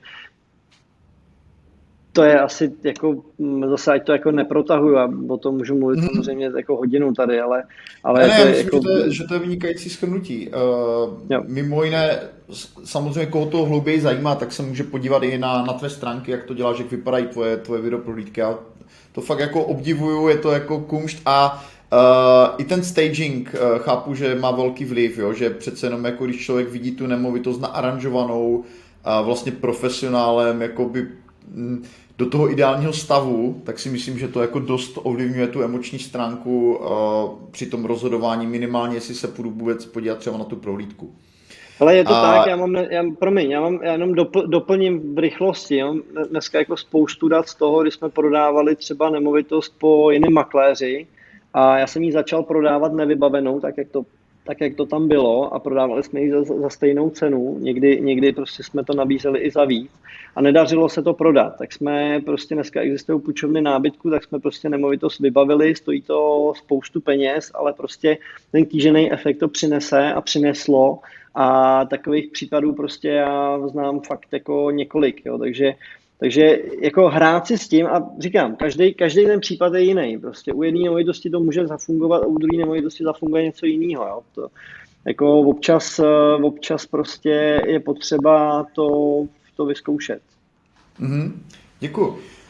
to je asi jako, zase ať to jako neprotahuju, a o tom můžu mluvit mm. samozřejmě jako hodinu tady, ale... ale ne, to ne, je myslím, jako... že, to je, že to je vynikající shrnutí. Uh, mimo jiné, samozřejmě koho to hlouběji zajímá, tak se může podívat i na, na tvé stránky, jak to děláš, jak vypadají tvoje, tvoje videoprohlídky. Já to fakt jako obdivuju, je to jako kumšt a Uh, i ten staging uh, chápu, že má velký vliv, jo? Že přece jenom jako když člověk vidí tu nemovitost naaranžovanou uh, vlastně profesionálem jakoby m, do toho ideálního stavu, tak si myslím, že to jako dost ovlivňuje tu emoční stránku uh, při tom rozhodování, minimálně jestli se půjdu vůbec podívat třeba na tu prohlídku. Ale je to a... tak, já mám, já, promiň, já, mám, já jenom dopl, doplním v rychlosti, jo? Dneska jako spoustu dat z toho, když jsme prodávali třeba nemovitost po jiném makléři, a já jsem ji začal prodávat nevybavenou, tak jak to, tak jak to tam bylo, a prodávali jsme ji za, za stejnou cenu. Někdy, někdy prostě jsme to nabízeli i za víc a nedařilo se to prodat. Tak jsme prostě, dneska existují půjčovny nábytku, tak jsme prostě nemovitost vybavili, stojí to spoustu peněz, ale prostě ten kýžený efekt to přinese a přineslo. A takových případů prostě já znám fakt jako několik, jo, takže Takže jako hrát si s tím, a říkám, každý, každý ten případ je jiný. Prostě u jedné nemovitosti to může zafungovat a u druhé nemovitosti zafunguje něco jiného. Jo. To, jako občas, občas prostě je potřeba to, to vyzkoušet. Mm-hmm. Děkuju.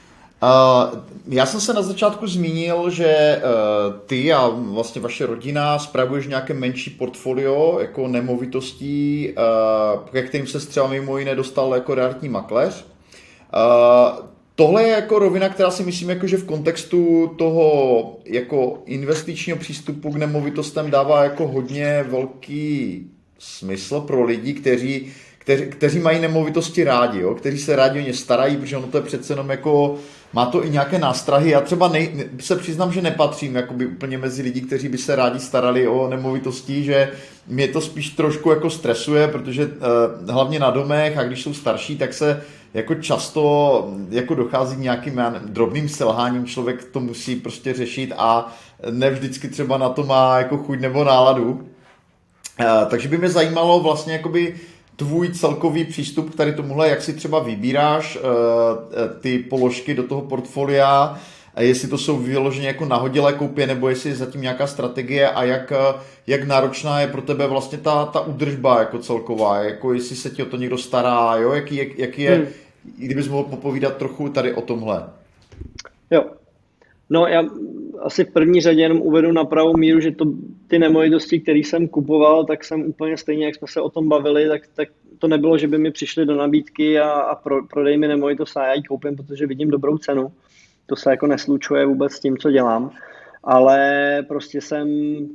Uh, já jsem se na začátku zmínil, že uh, ty a vlastně vaše rodina spravuješ nějaké menší portfolio jako nemovitostí, uh, ke kterým se třeba mimo jiné dostal jako realitní makléř. Uh, tohle je jako rovina, která si myslím, jako, že v kontextu toho jako investičního přístupu k nemovitostem dává jako hodně velký smysl pro lidi, kteří, kteří, kteří mají nemovitosti rádi, jo? Kteří se rádi o ně starají, protože ono to je přece jenom jako, má to i nějaké nástrahy. Já třeba nej, se přiznám, že nepatřím jakoby úplně mezi lidi, kteří by se rádi starali o nemovitosti, že mě to spíš trošku jako stresuje, protože uh, hlavně na domech, a když jsou starší, tak se jako často jako dochází k nějakým drobným selháním, člověk to musí prostě řešit a ne vždycky třeba na to má jako chuť nebo náladu. Uh, takže by mě zajímalo vlastně jakoby tvůj celkový přístup k tady tomuhle, jak si třeba vybíráš uh, ty položky do toho portfolia, jestli to jsou vyloženě jako nahodilé koupě, nebo jestli je zatím nějaká strategie a jak, jak náročná je pro tebe vlastně ta, ta údržba jako celková, jako jestli se ti o to někdo stará, jo, jaký, jak, jaký je, hmm. kdybys mohl popovídat trochu tady o tomhle. Jo, no já asi v první řadě jenom uvedu na pravou míru, že to, ty nemovitosti, které jsem kupoval, tak jsem úplně stejně, jak jsme se o tom bavili, tak, tak to nebylo, že by mi přišli do nabídky a, a pro, prodej mi nemovitost a já ji koupím, protože vidím dobrou cenu. To se jako neslučuje vůbec s tím, co dělám, ale prostě jsem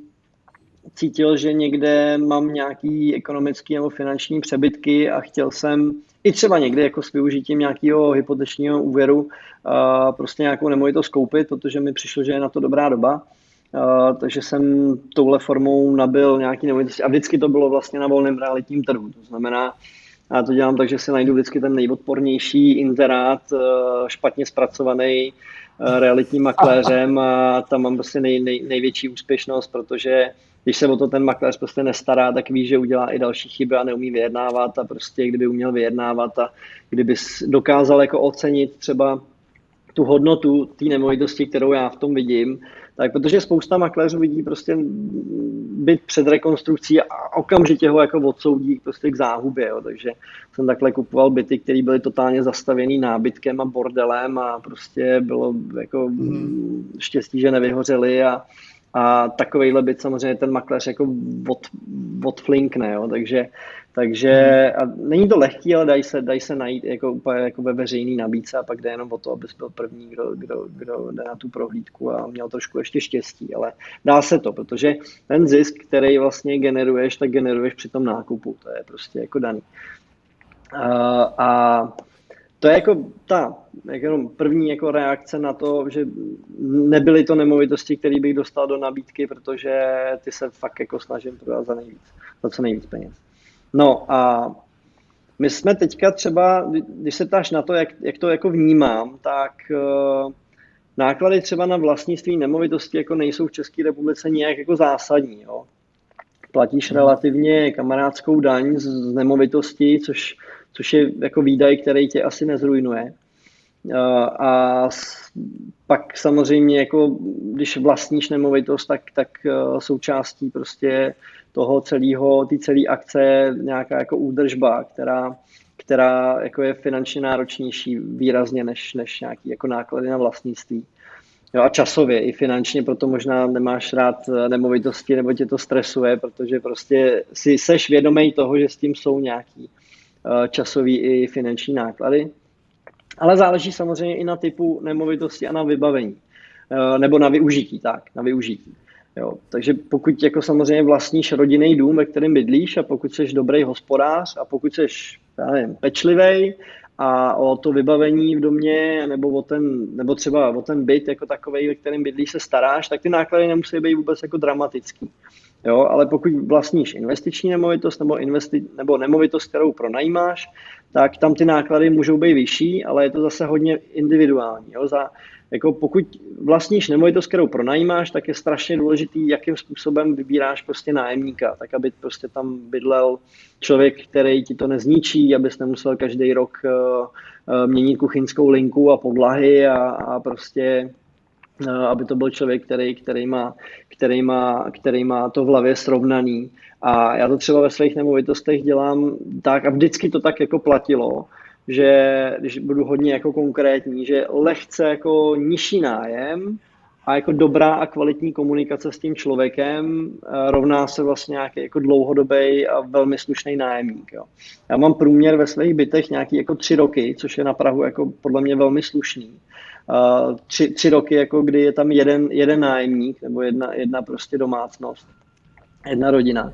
cítil, že někde mám nějaký ekonomický nebo finanční přebytky a chtěl jsem i třeba někdy jako s využitím nějakého hypotečního úvěru uh, prostě nějakou nemovitost koupit, protože mi přišlo, že je na to dobrá doba. Uh, takže jsem touhle formou nabyl nějaký nemovitosti a vždycky to bylo vlastně na volném realitním trhu. To znamená, já to dělám tak, že si najdu vždycky ten nejodpornější inzerát, špatně zpracovaný realitním makléřem a tam mám prostě nej, nej, největší úspěšnost, protože když se o to ten makléř prostě nestará, tak ví, že udělá i další chyby a neumí vyjednávat a prostě kdyby uměl vyjednávat a kdyby dokázal jako ocenit třeba tu hodnotu té nemovitosti, kterou já v tom vidím, tak protože spousta makléřů vidí prostě byt před rekonstrukcí a okamžitě ho jako odsoudí prostě k záhubě, jo. Takže jsem takhle kupoval byty, které byly totálně zastavěný nábytkem a bordelem a prostě bylo jako štěstí, že nevyhořely a, A takovejhle byt samozřejmě ten makléř jako od, odflinkne, jo, takže, takže a není to lehký, ale dají se, dají se najít jako úplně jako ve veřejný nabídce a pak jde jenom o to, abys byl první, kdo, kdo, kdo jde na tu prohlídku a měl trošku ještě štěstí, ale dá se to, protože ten zisk, který vlastně generuješ, tak generuješ při tom nákupu, to je prostě jako daný. A, a to je jako ta jako první jako reakce na to, že nebyly to nemovitosti, které bych dostal do nabídky, protože ty se fakt jako snažím prodat za nejvíc, za co nejvíc peněz. No a my jsme teďka třeba, když se ptáš na to, jak, jak to jako vnímám, tak uh, náklady třeba na vlastnictví nemovitosti jako nejsou v České republice nějak jako zásadní. Jo. Platíš relativně kamarádskou daň z, z nemovitosti, což což je jako výdaj, který tě asi nezrujnuje. A pak samozřejmě, jako když vlastníš nemovitost, tak, tak součástí prostě toho celého, té celé akce nějaká jako údržba, která, která jako je finančně náročnější výrazně než, než nějaký jako náklady na vlastnictví. Jo, a časově i finančně, proto možná nemáš rád nemovitosti nebo tě to stresuje, protože prostě si seš vědomý toho, že s tím jsou nějaký časový i finanční náklady. Ale záleží samozřejmě i na typu nemovitosti a na vybavení. Nebo na využití, tak, na využití. Jo. Takže pokud jako samozřejmě vlastníš rodinný dům, ve kterém bydlíš a pokud jsi dobrý hospodář a pokud jsi, já nevím, pečlivý a o to vybavení v domě nebo, o ten, nebo třeba o ten byt jako takovej, ve kterém bydlíš se staráš, tak ty náklady nemusí být vůbec jako dramatický. Jo, ale pokud vlastníš investiční nemovitost nebo, investi- nebo nemovitost, kterou pronajímáš, tak tam ty náklady můžou být vyšší, ale je to zase hodně individuální. Jo. Za, jako pokud vlastníš nemovitost, kterou pronajímáš, tak je strašně důležitý, jakým způsobem vybíráš prostě nájemníka, tak aby prostě tam bydlel člověk, který ti to nezničí, abys nemusel každý rok uh, uh, měnit kuchyňskou linku a podlahy a, a prostě aby to byl člověk, který, který, má, který, má, který má to v hlavě srovnaný. A já to třeba ve svých nemovitostech dělám tak, a vždycky to tak jako platilo, že když budu hodně jako konkrétní, že lehce jako nižší nájem a jako dobrá a kvalitní komunikace s tím člověkem rovná se vlastně nějaký jako dlouhodobý a velmi slušný nájemník. Jo. Já mám průměr ve svých bytech nějaký jako tři roky, což je na Prahu jako podle mě velmi slušný. Uh, tři, tři roky, jako kdy je tam jeden, jeden nájemník nebo jedna, jedna prostě domácnost, jedna rodina.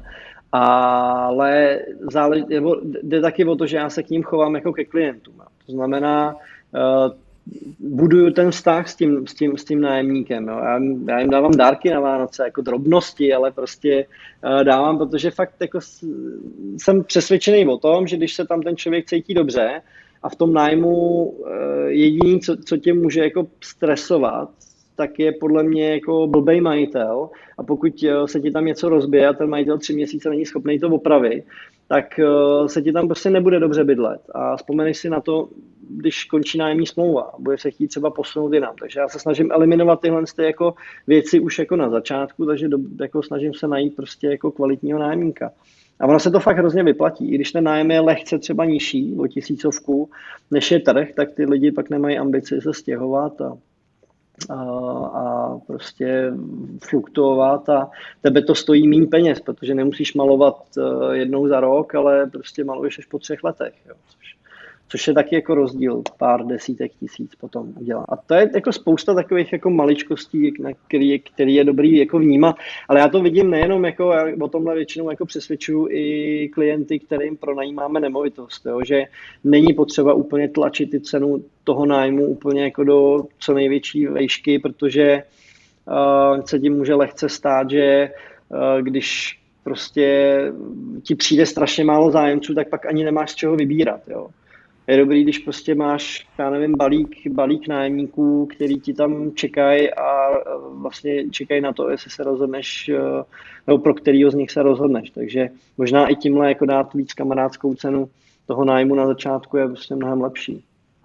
Ale záleží, nebo jde taky o to, že já se k ním chovám jako ke klientům. To znamená, uh, buduju ten vztah s tím, s tím, s tím nájemníkem. Jo. Já, já jim dávám dárky na Vánoce, jako drobnosti, ale prostě uh, dávám, protože fakt jako jsem přesvědčený o tom, že když se tam ten člověk cítí dobře, a v tom nájmu jediný, co, co tě může jako stresovat, tak je podle mě jako blbej majitel. A pokud se ti tam něco rozbije a ten majitel tři měsíce není schopný to opravit, tak se ti tam prostě nebude dobře bydlet. A vzpomeneš si na to, když končí nájemní smlouva a bude se chtít třeba posunout jinam. Takže já se snažím eliminovat tyhle jako věci už jako na začátku, takže do, jako snažím se najít prostě jako kvalitního nájemníka. A ono se to fakt hrozně vyplatí. I když ten nájem je lehce třeba nižší o tisícovku, než je trh, tak ty lidi pak nemají ambici se stěhovat a, a, a prostě fluktuovat a tebe to stojí méně peněz, protože nemusíš malovat jednou za rok, ale prostě maluješ až po třech letech. Jo. Což, což je taky jako rozdíl, pár desítek tisíc potom udělá. A to je jako spousta takových jako maličkostí, na který, který je dobrý jako vnímat, ale já to vidím nejenom jako, já o tomhle většinou jako přesvědčuju i klienty, kterým pronajímáme nemovitost, jo, že není potřeba úplně tlačit ty cenu toho nájmu úplně jako do co největší vejšky, protože uh, se tím může lehce stát, že uh, když prostě ti přijde strašně málo zájemců, tak pak ani nemáš z čeho vybírat, jo. Je dobrý, když prostě máš, já nevím, balík, balík nájemníků, který ti tam čekají a vlastně čekají na to, jestli se rozhodneš, nebo pro kterýho z nich se rozhodneš. Takže možná i tímhle jako dát víc kamarádskou cenu toho nájmu na začátku je prostě mnohem lepší.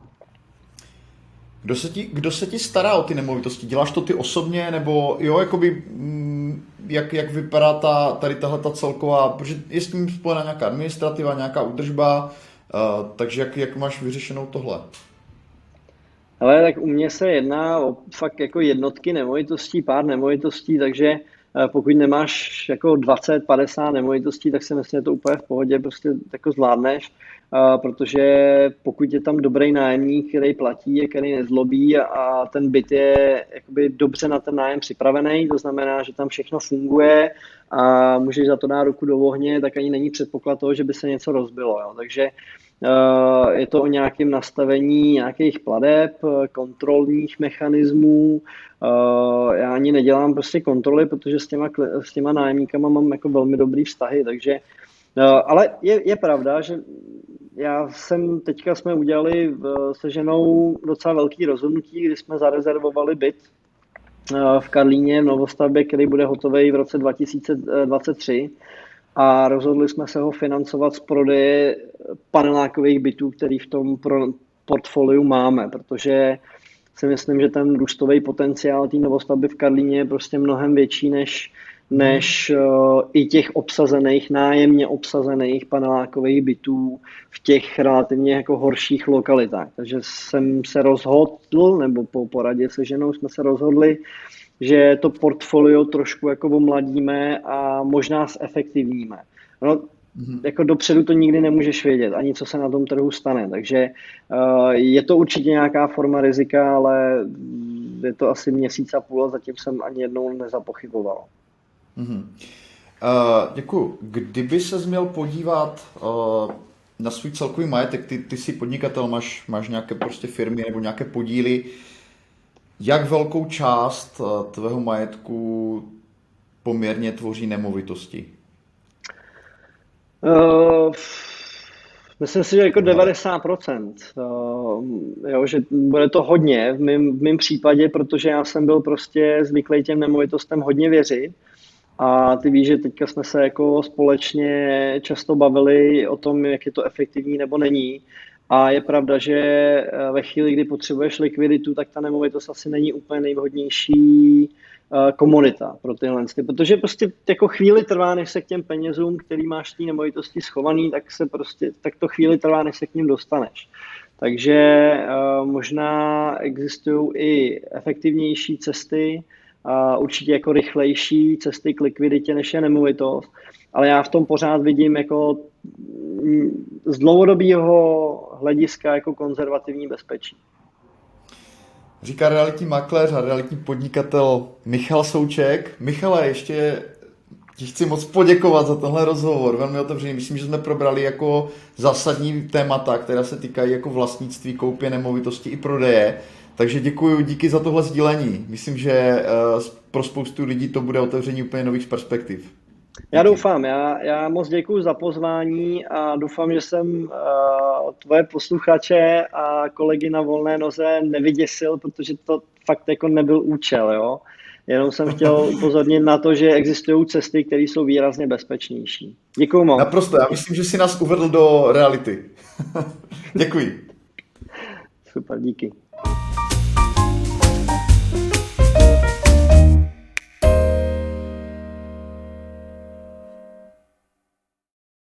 Kdo se ti, kdo se ti stará o ty nemovitosti? Děláš to ty osobně, nebo jo, jakoby, jak, jak vypadá ta, tady tahle ta celková, protože je s tím spojená nějaká administrativa, nějaká údržba, Uh, takže jak, jak máš vyřešenou tohle? Ale tak u mě se jedná o fakt jako jednotky nemovitostí, pár nemovitostí, takže eh, pokud nemáš jako dvacet, padesát nemovitostí, tak si myslím, že to úplně v pohodě prostě jako zvládneš, eh, protože pokud je tam dobrý nájemník, který platí a který nezlobí a, a ten byt je jakoby dobře na ten nájem připravený, to znamená, že tam všechno funguje a můžeš za to dát ruku do ohně, tak ani není předpoklad toho, že by se něco rozbilo. Jo. Takže je to o nějakém nastavení nějakých plateb, kontrolních mechanismů. Já ani nedělám prostě kontroly, protože s těma, s těma nájemníkama mám jako velmi dobrý vztahy, takže ale je, je pravda, že já jsem, teďka jsme udělali se ženou docela velký rozhodnutí, kdy jsme zarezervovali byt v Karlíně v novostavbě, který bude hotový v roce dva tisíce dvacet tři. A rozhodli jsme se ho financovat z prodeje panelákových bytů, který v tom pro portfoliu máme, protože si myslím, že ten růstový potenciál té novostavby v Karlíně je prostě mnohem větší než, než uh, i těch obsazených, nájemně obsazených panelákových bytů v těch relativně jako horších lokalitách. Takže jsem se rozhodl, nebo po poradě se ženou jsme se rozhodli, že to portfolio trošku jako omladíme a možná zefektivníme. No, mm-hmm. jako dopředu to nikdy nemůžeš vědět, ani co se na tom trhu stane, takže uh, je to určitě nějaká forma rizika, ale je to asi měsíc a půl a zatím jsem ani jednou nezapochyboval. Mm-hmm. Uh, děkuju. Kdyby ses měl podívat uh, na svůj celkový majetek, ty, ty jsi podnikatel, máš, máš nějaké prostě firmy nebo nějaké podíly, jak velkou část tvého majetku poměrně tvoří nemovitosti? Uh, myslím si, že jako devadesát procent. Uh, jo, že bude to hodně v mém, v mém případě, protože já jsem byl prostě zvyklý těm nemovitostem hodně věřit. A ty víš, že teďka jsme se jako společně často bavili o tom, jak je to efektivní nebo není. A je pravda, že ve chvíli, kdy potřebuješ likviditu, tak ta nemovitost asi není úplně nejvhodnější komodita pro tyhle, protože prostě jako chvíli trvá, než se k těm penězům, který máš v té nemovitosti schovaný, tak se prostě, tak to chvíli trvá, než se k ním dostaneš. Takže možná existují i efektivnější cesty, určitě jako rychlejší cesty k likviditě, než je nemovitost, ale já v tom pořád vidím jako z dlouhodobého hlediska jako konzervativní bezpečí. Říká realitní makléř a realitní podnikatel Michal Souček. Michale, ještě ti chci moc poděkovat za tenhle rozhovor, velmi otevřený. Myslím, že jsme probrali jako zásadní témata, která se týkají jako vlastnictví, koupě nemovitosti i prodeje. Takže děkuji, díky za tohle sdílení. Myslím, že pro spoustu lidí to bude otevření úplně nových perspektiv. Díky. Já doufám, já, já moc děkuji za pozvání a doufám, že jsem uh, tvoje posluchače a kolegy na volné noze nevyděsil, protože to fakt jako nebyl účel, jo. Jenom jsem chtěl upozornit na to, že existují cesty, které jsou výrazně bezpečnější. Děkuji moc. Naprosto, já myslím, že jsi nás uvedl do reality. Děkuji. Super, díky.